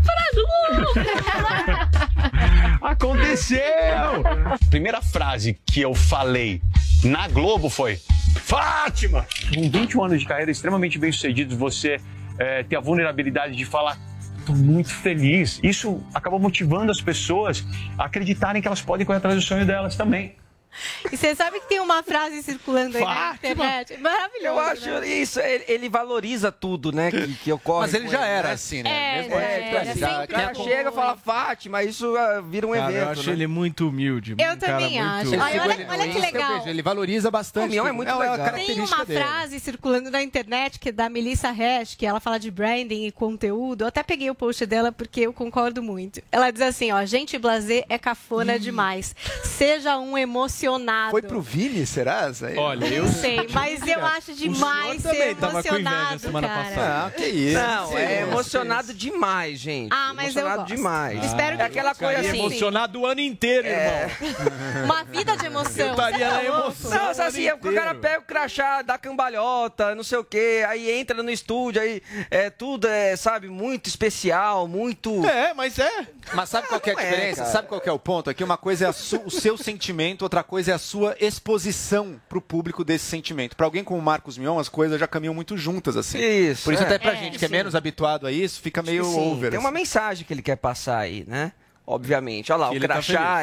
pra Globo! Aconteceu! Primeira frase que eu falei na Globo foi Fátima! Com 21 anos de carreira extremamente bem-sucedidos, você ter a vulnerabilidade de falar tô muito feliz. Isso acaba motivando as pessoas a acreditarem que elas podem correr atrás do sonho delas também. E você sabe que tem uma frase circulando aí na internet? Maravilhoso. Eu acho isso, ele valoriza tudo, né, que ocorre. Mas ele já era assim, né? O cara chega e fala Fátima, isso vira um evento. Eu acho ele muito humilde. Eu também acho. Olha que legal. Ele valoriza bastante. O Mion é muito legal. Tem uma frase circulando na internet que é da Melissa Resch, que ela fala de branding e conteúdo. Eu até peguei o post dela porque eu concordo muito. Ela diz assim, ó, gente blasé é cafona demais. Seja um emocionado. Foi pro Vini, será? Olha, eu sei, mas eu acho demais ser emocionado, semana cara. Ah, que isso. Não, é emocionado demais, gente. Ah, mas emocionado eu gosto. demais. Espero que é aquela coisa assim. Emocionado o ano inteiro, irmão. Uma vida de emoção. Eu estaria na emoção. Não, assim, o cara pega o crachá, dá cambalhota, não sei o quê, aí entra no estúdio, aí tudo sabe, muito especial, muito... Mas é. Mas sabe qual que é a diferença? Sabe qual que é o ponto? Aqui uma coisa é o seu sentimento, outra coisa é a sua exposição pro público desse sentimento. Para alguém como o Marcos Mion, as coisas já caminham muito juntas, assim. Isso. Por isso até pra gente que é menos habituado a isso, fica meio over. Tem uma mensagem que ele quer passar aí, né? Obviamente. Olha lá, o crachá,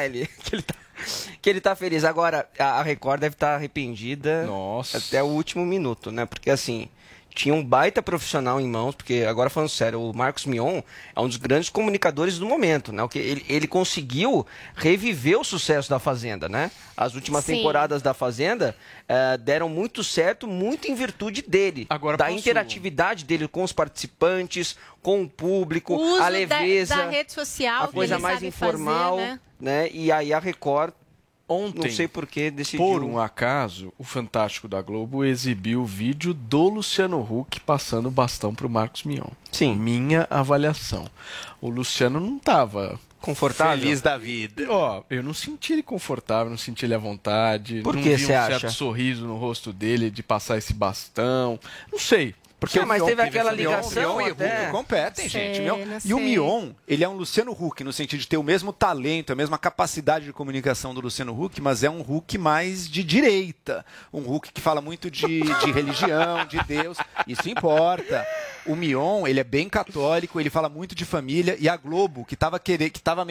que ele tá feliz. Agora, a Record deve estar arrependida até o último minuto, né? Porque assim... Tinha um baita profissional em mãos, porque, agora falando sério, o Marcos Mion é um dos grandes comunicadores do momento, né? Ele conseguiu reviver o sucesso da Fazenda, né? As últimas temporadas da Fazenda deram muito certo, muito em virtude dele. Da interatividade dele com os participantes, com o público, o a leveza. Da rede social, a coisa mais informal, fazer, né? E aí a Record... Ontem, não sei por que decidiu. Por um acaso, o Fantástico da Globo exibiu o vídeo do Luciano Huck passando o bastão pro Marcos Mion. Sim. Minha avaliação. O Luciano não estava confortável, feliz da vida. Eu não senti ele confortável, não senti ele à vontade. Por não que vi você acha? certo sorriso no rosto dele de passar esse bastão. Não sei. Porque mas teve aquela ligação Mion e Huck competem, gente. E o Mion, ele é um Luciano Huck, no sentido de ter o mesmo talento, a mesma capacidade de comunicação do Luciano Huck, mas é um Huck mais de direita. Um Huck que fala muito de religião, de Deus. Isso importa. O Mion, ele é bem católico, ele fala muito de família. E a Globo, que estava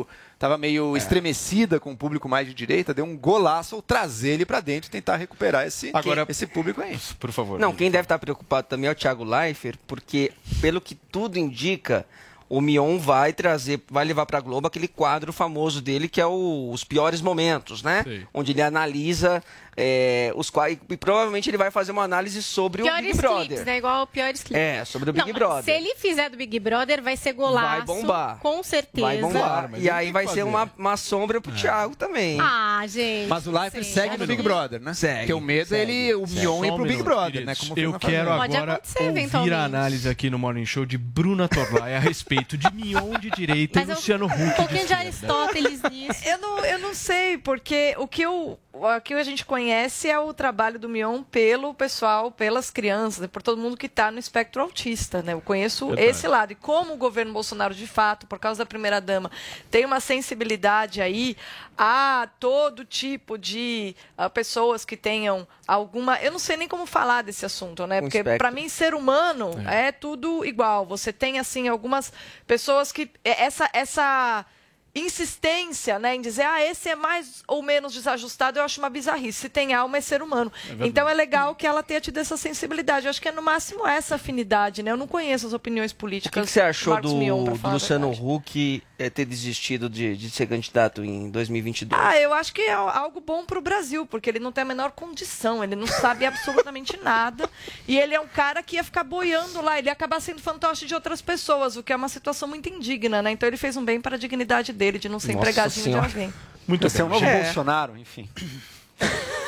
meio estremecida com o público mais de direita, deu um golaço ao trazer ele para dentro e tentar recuperar esse público aí. Por favor. Não, quem deve estar preocupado também é o Thiago Leifert, porque, pelo que tudo indica, o Mion vai levar para a Globo aquele quadro famoso dele, que é os piores momentos, né? Sim. Onde ele analisa os quais... E provavelmente ele vai fazer uma análise sobre o Big Brother. Clips, né? Igual o Piores Clips. Sobre o Big Brother. Se ele fizer do Big Brother, vai ser golaço. Vai bombar. Com certeza. Vai bombar. E aí vai ser uma sombra pro Thiago também. Ah, gente. Mas o Leifert segue no Big Brother, né? Segue. Porque o medo é o Mion ir pro Big Brother, né? Como eu quero agora ouvir a análise aqui no Morning Show de Bruna Torlai a respeito de Mion de direita e Luciano Huck um pouquinho de Aristóteles nisso. Eu não sei, porque o que a gente conhece é o trabalho do Mion pelo pessoal, pelas crianças, por todo mundo que está no espectro autista, né? Eu conheço esse lado. E como o governo Bolsonaro, de fato, por causa da primeira-dama, tem uma sensibilidade aí a todo tipo de pessoas que tenham alguma... Eu não sei nem como falar desse assunto, né? Porque, para mim, ser humano é tudo igual. Você tem, assim, algumas pessoas que... Essa insistência, né, em dizer, esse é mais ou menos desajustado, eu acho uma bizarrice. Se tem alma, é ser humano. Então é legal que ela tenha tido essa sensibilidade. Eu acho que é no máximo essa afinidade, né? Eu não conheço as opiniões políticas. O que você achou do Mion, Luciano Huck ter desistido de ser candidato em 2022? Eu acho que é algo bom para o Brasil, porque ele não tem a menor condição, ele não sabe absolutamente nada, e ele é um cara que ia ficar boiando lá, ele ia acabar sendo fantoche de outras pessoas, o que é uma situação muito indigna, né? Então ele fez um bem para a dignidade dele, de não ser empregadinho de alguém. Muito bem. É um novo Bolsonaro, enfim.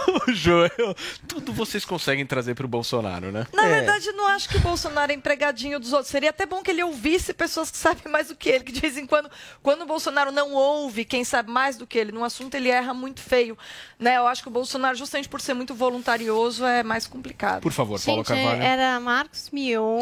Joel, tudo vocês conseguem trazer pro Bolsonaro, né? Na verdade, não acho que o Bolsonaro é empregadinho dos outros. Seria até bom que ele ouvisse pessoas que sabem mais do que ele, que de vez em quando o Bolsonaro não ouve quem sabe mais do que ele num assunto, ele erra muito feio. Né? Eu acho que o Bolsonaro, justamente por ser muito voluntarioso, é mais complicado. Por favor, Paula Gente, Carvalho. era Marcos Mion.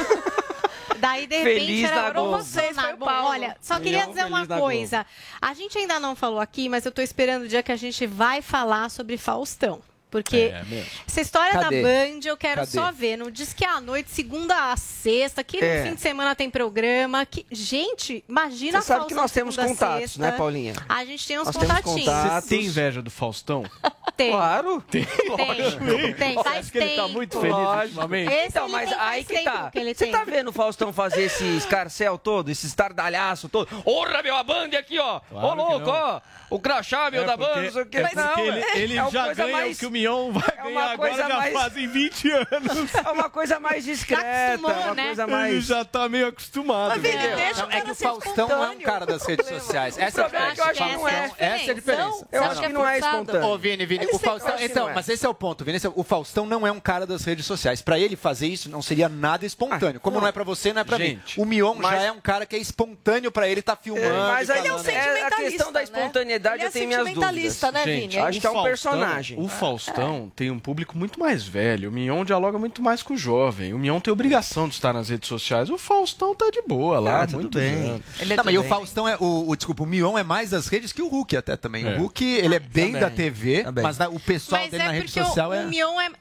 Daí, de repente, Feliz era da Globo. Bolsonaro. Bom, olha, só queria dizer uma coisa. A gente ainda não falou aqui, mas eu tô esperando o dia que a gente vai falar sobre Faustão. Porque essa história Cadê? da Band eu quero Cadê? só ver. Não diz que é à noite, segunda a sexta, que no fim de semana tem programa. Que... Gente, imagina Você sabe que nós temos contatos, sexta. né, Paulinha? A gente tem uns Nós temos contatinhos. contatos. Você tem inveja do Faustão? Tem. Claro. Tem. Tem, faz Parece que ele tá tempo. muito feliz ultimamente. Esse Então, ele mas tem aí faz que tempo tá. que ele Você tem. tá vendo o Faustão fazer esse escarcel todo, esse estardalhaço todo? Porra, meu, a Band aqui, ó. Claro Ô, louco, que não. ó. O crachá, meu, da Band, não sei o que. É porque ele uma já coisa ganha mais- o que o Mion vai é uma ganhar agora, coisa já mais- fazem 20 anos. É uma coisa mais discreta, acostumou, uma né? coisa Ele mais... já tá meio acostumado. Mas, Vini, entendeu? deixa o É cara que o ser Faustão não é um espontâneo. cara das redes sociais. Essa é a problema é que eu acho que não é. Essa é a diferença. Eu acho que não é espontâneo. Ô, Vini, Ele o sempre Faustão. acha que Então, não é. mas esse é o ponto, Vini. O Faustão não é um cara das redes sociais. Pra ele fazer isso não seria nada espontâneo. Como não é pra você, não é pra mim. Gente, O Mion mas- já é um cara que é espontâneo pra ele tá filmando. Mas e aí falando. a questão da espontaneidade eu tenho minhas dúvidas. Sentimentalista, né, Gente, Vini? Acho que é um personagem. O Faustão tem um público muito mais velho. O Mion dialoga muito mais com o jovem. O Mion tem obrigação de estar nas redes sociais. O Faustão tá de boa lá. Ah, tudo muito bem. Não, mas o Faustão é. Desculpa, o Mion é mais das redes que o Hulk até também. É. O Hulk, ele é bem Também. da TV, Também. mas o pessoal Mas dele na é rede porque social o Mion é...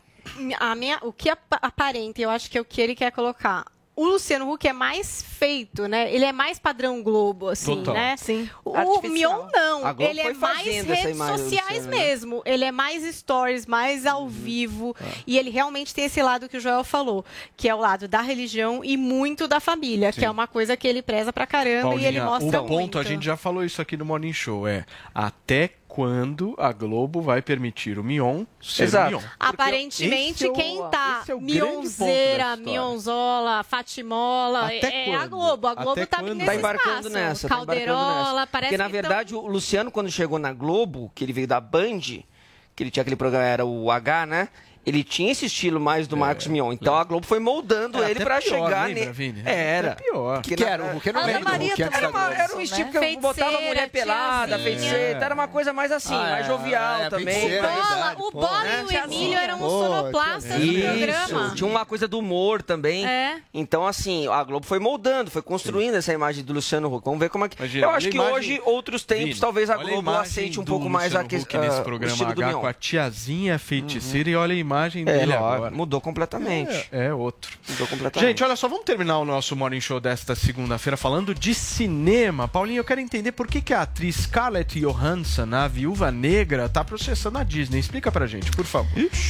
o que aparenta, eu acho que é o que ele quer colocar. O Luciano Huck é mais feito, né? Ele é mais padrão Globo, assim, Total. né? Sim. O Artificial. Mion não. A Globo Ele é foi mais fazendo essa redes imagem do sociais Luciano, né? mesmo. Ele é mais stories, mais ao vivo. E ele realmente tem esse lado que o Joel falou, que é o lado da religião e muito da família, que é uma coisa que ele preza pra caramba e ele Paulinha, mostra o ponto, muito. a gente já falou isso aqui no Morning Show, até quando a Globo vai permitir o Mion ser Exato. o Mion? Aparentemente, esse é o- quem tá esse é o grande ponto da Mionzeira, história. Mionzola, Fatimola, Até é a quando? Globo. A Globo Até tá quando? nesse Tá embarcando espaço. nessa, Calderola, tá embarcando nessa. parece Porque, na que verdade, o Luciano, quando chegou na Globo, que ele veio da Band, que ele tinha aquele programa, era o H, né? Ele tinha esse estilo mais do Marcos Mion. Então a Globo foi moldando Era ele até pra pior, chegar lembra, nele. Vini? Era. Até pior. Que Que era o Hulk, eu não Ana lembro do Maria Hulk antes também da Globo. Era um estilo que eu botava mulher pelada, feiticeira. Era uma coisa mais assim, mais jovial também. feiticeira, Bola, verdade, o pô, Bola né? e o Emílio eram os sonoplastas do Isso, programa. tinha uma coisa do humor também. É. Então, assim, a Globo foi moldando, foi construindo essa imagem do Luciano Huck. Vamos ver como é que... Imagina, eu olha acho a que imagem- hoje, outros tempos, Vini, talvez a olha Globo imagem aceite um do pouco mais a Luciano questão Huck nesse o programa estilo do H Mion. com a tiazinha feiticeira e olha a imagem dele agora. Mudou completamente. É outro. Mudou completamente. Gente, olha só, vamos terminar o nosso Morning Show desta segunda-feira falando de cinema. Paulinho, eu quero entender por que a atriz Scarlett Johansson, a Viúva Negra, tá processando a Disney. Explica pra gente, por favor.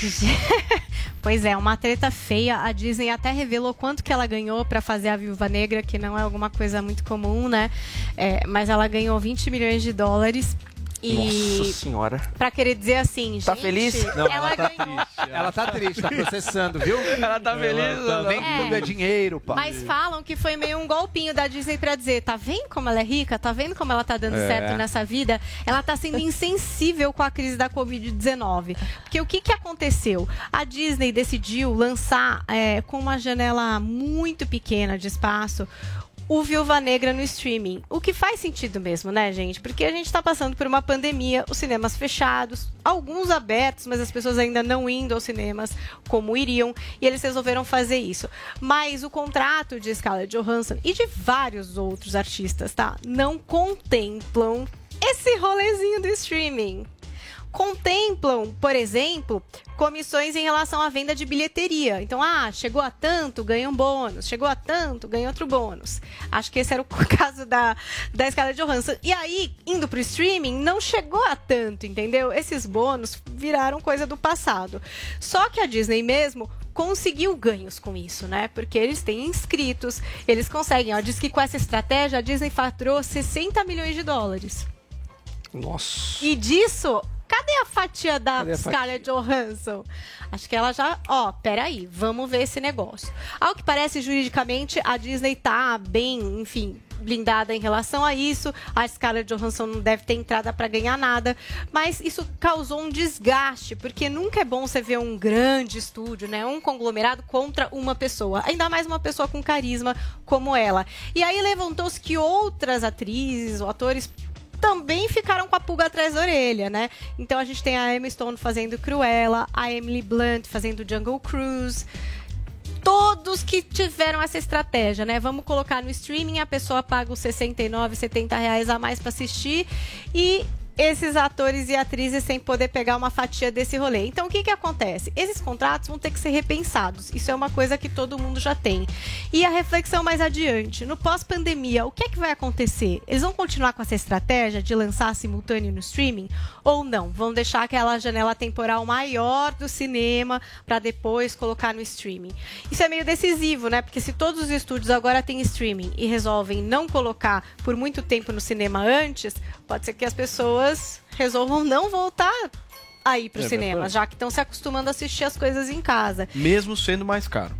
Pois é, uma treta feia. A Disney até revelou quanto que ela ganhou pra fazer a Viúva Negra, que não é alguma coisa muito comum, né? Mas ela ganhou 20 milhões de dólares. E Nossa senhora. pra querer dizer assim, Tá gente, feliz? Não, ela tá ganhou. triste. Ela tá triste, tá processando, viu? Ela tá feliz? Nem tudo é dinheiro, pá. Mas falam que foi meio um golpinho da Disney pra dizer, tá vendo como ela é rica? Tá vendo como ela tá dando certo nessa vida? Ela tá sendo insensível com a crise da Covid-19. Porque o que aconteceu? A Disney decidiu lançar com uma janela muito pequena de espaço o Viúva Negra no streaming. O que faz sentido mesmo, né, gente? Porque a gente tá passando por uma pandemia, os cinemas fechados, alguns abertos, mas as pessoas ainda não indo aos cinemas como iriam, e eles resolveram fazer isso. Mas o contrato de Scarlett Johansson e de vários outros artistas, tá? Não contemplam esse rolezinho do streaming. Contemplam, por exemplo, comissões em relação à venda de bilheteria. Então, chegou a tanto, ganha um bônus. Chegou a tanto, ganha outro bônus. Acho que esse era o caso da Scarlett Johansson. E aí, indo pro streaming, não chegou a tanto, entendeu? Esses bônus viraram coisa do passado. Só que a Disney mesmo conseguiu ganhos com isso, né? Porque eles têm inscritos, eles conseguem. Diz que com essa estratégia, a Disney faturou 60 milhões de dólares. Nossa. E disso, Cadê a fatia da Scarlett Johansson? Acho que ela já... peraí, vamos ver esse negócio. Ao que parece, juridicamente, a Disney tá bem, enfim, blindada em relação a isso. A Scarlett Johansson não deve ter entrada para ganhar nada. Mas isso causou um desgaste, porque nunca é bom você ver um grande estúdio, né? Um conglomerado contra uma pessoa. Ainda mais uma pessoa com carisma como ela. E aí levantou-se que outras atrizes ou atores também ficaram com a pulga atrás da orelha, né? Então a gente tem a Emma Stone fazendo Cruella, a Emily Blunt fazendo Jungle Cruise. Todos que tiveram essa estratégia, né? Vamos colocar no streaming, a pessoa paga os R$69, R$70 a mais para assistir e esses atores e atrizes sem poder pegar uma fatia desse rolê. Então, o que acontece? Esses contratos vão ter que ser repensados. Isso é uma coisa que todo mundo já tem. E a reflexão mais adiante. No pós-pandemia, o que é que vai acontecer? Eles vão continuar com essa estratégia de lançar simultâneo no streaming? Ou não? Vão deixar aquela janela temporal maior do cinema para depois colocar no streaming? Isso é meio decisivo, né? Porque se todos os estúdios agora têm streaming e resolvem não colocar por muito tempo no cinema antes, pode ser que as pessoas resolvam não voltar a ir para o cinema, já que estão se acostumando a assistir as coisas em casa. Mesmo sendo mais caro.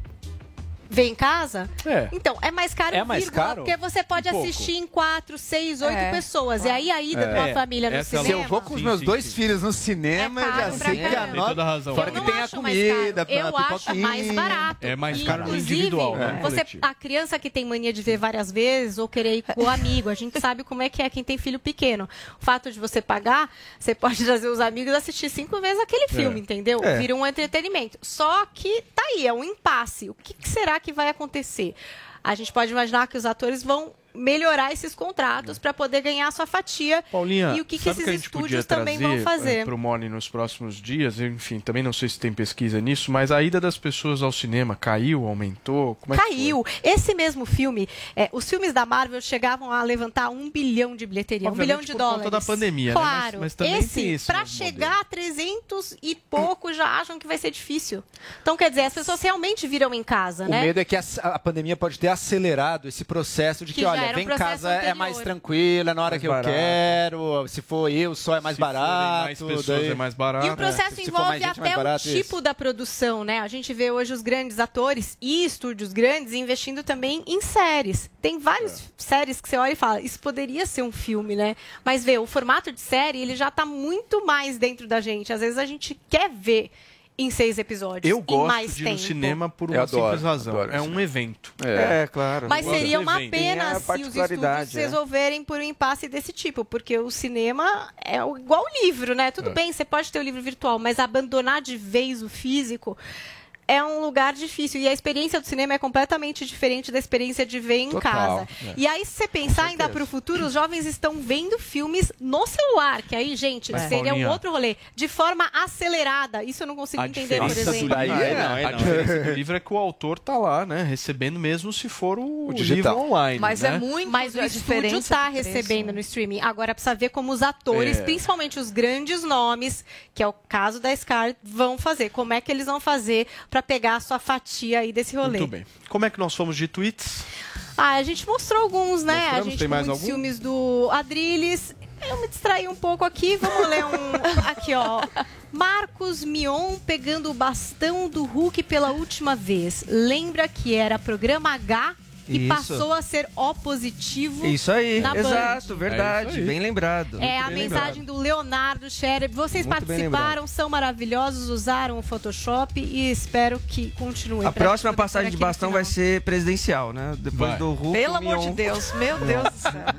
Vê em casa? É. Então, é mais caro, porque você pode assistir em 4, 6, 8 pessoas. E aí a ida de uma família no cinema... Se eu vou com os meus dois filhos no cinema, eu já sei que a nota... Fora que tem a comida, eu acho mais barato. É mais caro no individual. A criança que tem mania de ver várias vezes ou querer ir com o amigo, a gente sabe como é quem tem filho pequeno. O fato de você pagar, você pode trazer os amigos e assistir 5 vezes aquele filme, entendeu? Vira um entretenimento. Só que tá aí, é um impasse. O que será que vai acontecer? A gente pode imaginar que os atores vão melhorar esses contratos para poder ganhar a sua fatia. Paulinha, e o que esses estúdios também vão fazer para o Morning nos próximos dias? Enfim, também não sei se tem pesquisa nisso, mas a ida das pessoas ao cinema caiu, aumentou? Como é caiu. Esse mesmo filme, os filmes da Marvel chegavam a levantar 1 bilhão de bilheteria, obviamente, 1 bilhão de por dólares. Conta da pandemia, claro. Né? Mas também esse para chegar a 300 e pouco já acham que vai ser difícil. Então, quer dizer, as pessoas realmente viram em casa, né? O medo é que a pandemia pode ter acelerado esse processo de que olha, vem em casa anterior. É mais tranquilo, é na hora que eu quero, se for eu só é mais barato. Mais pessoas é mais barato. E o processo envolve até o tipo da produção, né? A gente vê hoje os grandes atores e estúdios grandes investindo também em séries. Tem várias séries que você olha e fala, isso poderia ser um filme, né? Mas vê, o formato de série, ele já está muito mais dentro da gente. Às vezes a gente quer ver em 6 episódios. Eu gosto mais de ir no cinema por Eu uma simples adoro, razão. adoro É um evento. Claro. Mas seria uma evento. pena se os estúdios resolverem por um impasse desse tipo, porque o cinema é igual o livro, né? Tudo bem, você pode ter o livro virtual, mas abandonar de vez o físico é um lugar difícil. E a experiência do cinema é completamente diferente da experiência de ver em casa. E aí, se você pensar ainda para o futuro, os jovens estão vendo filmes no celular, que aí, gente, seria um outro rolê. De forma acelerada. Isso eu não consigo entender, por exemplo. A diferença do livro é que o autor tá lá, né? Recebendo mesmo se for o livro online. Mas né? é muito Mas o estúdio tá recebendo no streaming. Agora precisa ver como os atores, principalmente os grandes nomes, que é o caso da Scarlett, vão fazer. Como é que eles vão fazer para pegar a sua fatia aí desse rolê. Muito bem. Como é que nós fomos de tweets? A gente mostrou alguns, né? Mostramos? A gente tem mais muitos algum? filmes do Adrilles. Eu me distraí um pouco aqui. Vamos ler um... Aqui, ó. Marcos Mion pegando o bastão do Hulk pela última vez. Lembra que era programa H e passou a ser O positivo. Isso aí, na exato, Band. verdade, bem lembrado. É a mensagem do Leonardo Scherer. Vocês Muito bem participaram, são maravilhosos, usaram o Photoshop e espero que continuem. A próxima passagem de bastão vai ser presidencial, né? Depois do Hulk. Pelo amor de Deus, meu Deus do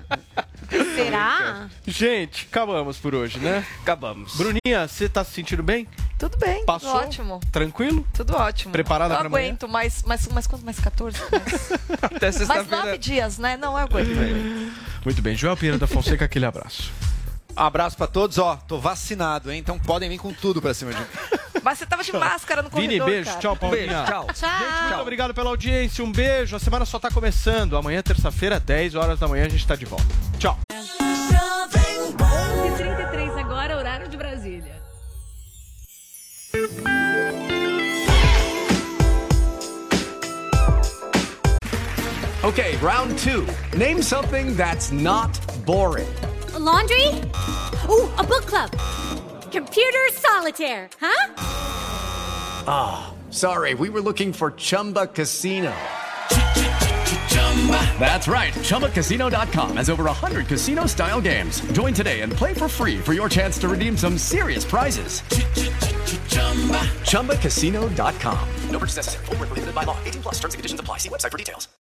céu. Será? Gente, acabamos por hoje, né? Acabamos. Bruninha, você tá se sentindo bem? Tudo bem, Passou? tudo ótimo. Tranquilo? Tudo ótimo. Preparada eu pra amanhã? aguento, mais quanto? Mais 14? Até Mais 9 dias, né? Não, eu aguento. Muito bem. Joel Pinheiro da Fonseca, aquele abraço. Abraço pra todos, tô vacinado, hein? Então podem vir com tudo pra cima de mim. Mas você tava de máscara no corredor, Vini, beijo. cara. Tchau, Paulinha. Beijo, tchau. Tchau. Muito obrigado pela audiência. Um beijo. A semana só tá começando. Amanhã, terça-feira, 10 horas da manhã, a gente tá de volta. Tchau. 11h33 agora, horário de Brasília. Okay, round 2. Name something that's not boring. A laundry? Ooh, a book club. computer solitaire, huh? Ah, sorry, we were looking for Chumba Casino. That's right, ChumbaCasino.com has over 100 casino-style games. Join today and play for free for your chance to redeem some serious prizes. ChumbaCasino.com. No purchase necessary. Void where prohibited by law. 18+ terms and conditions apply. See website for details.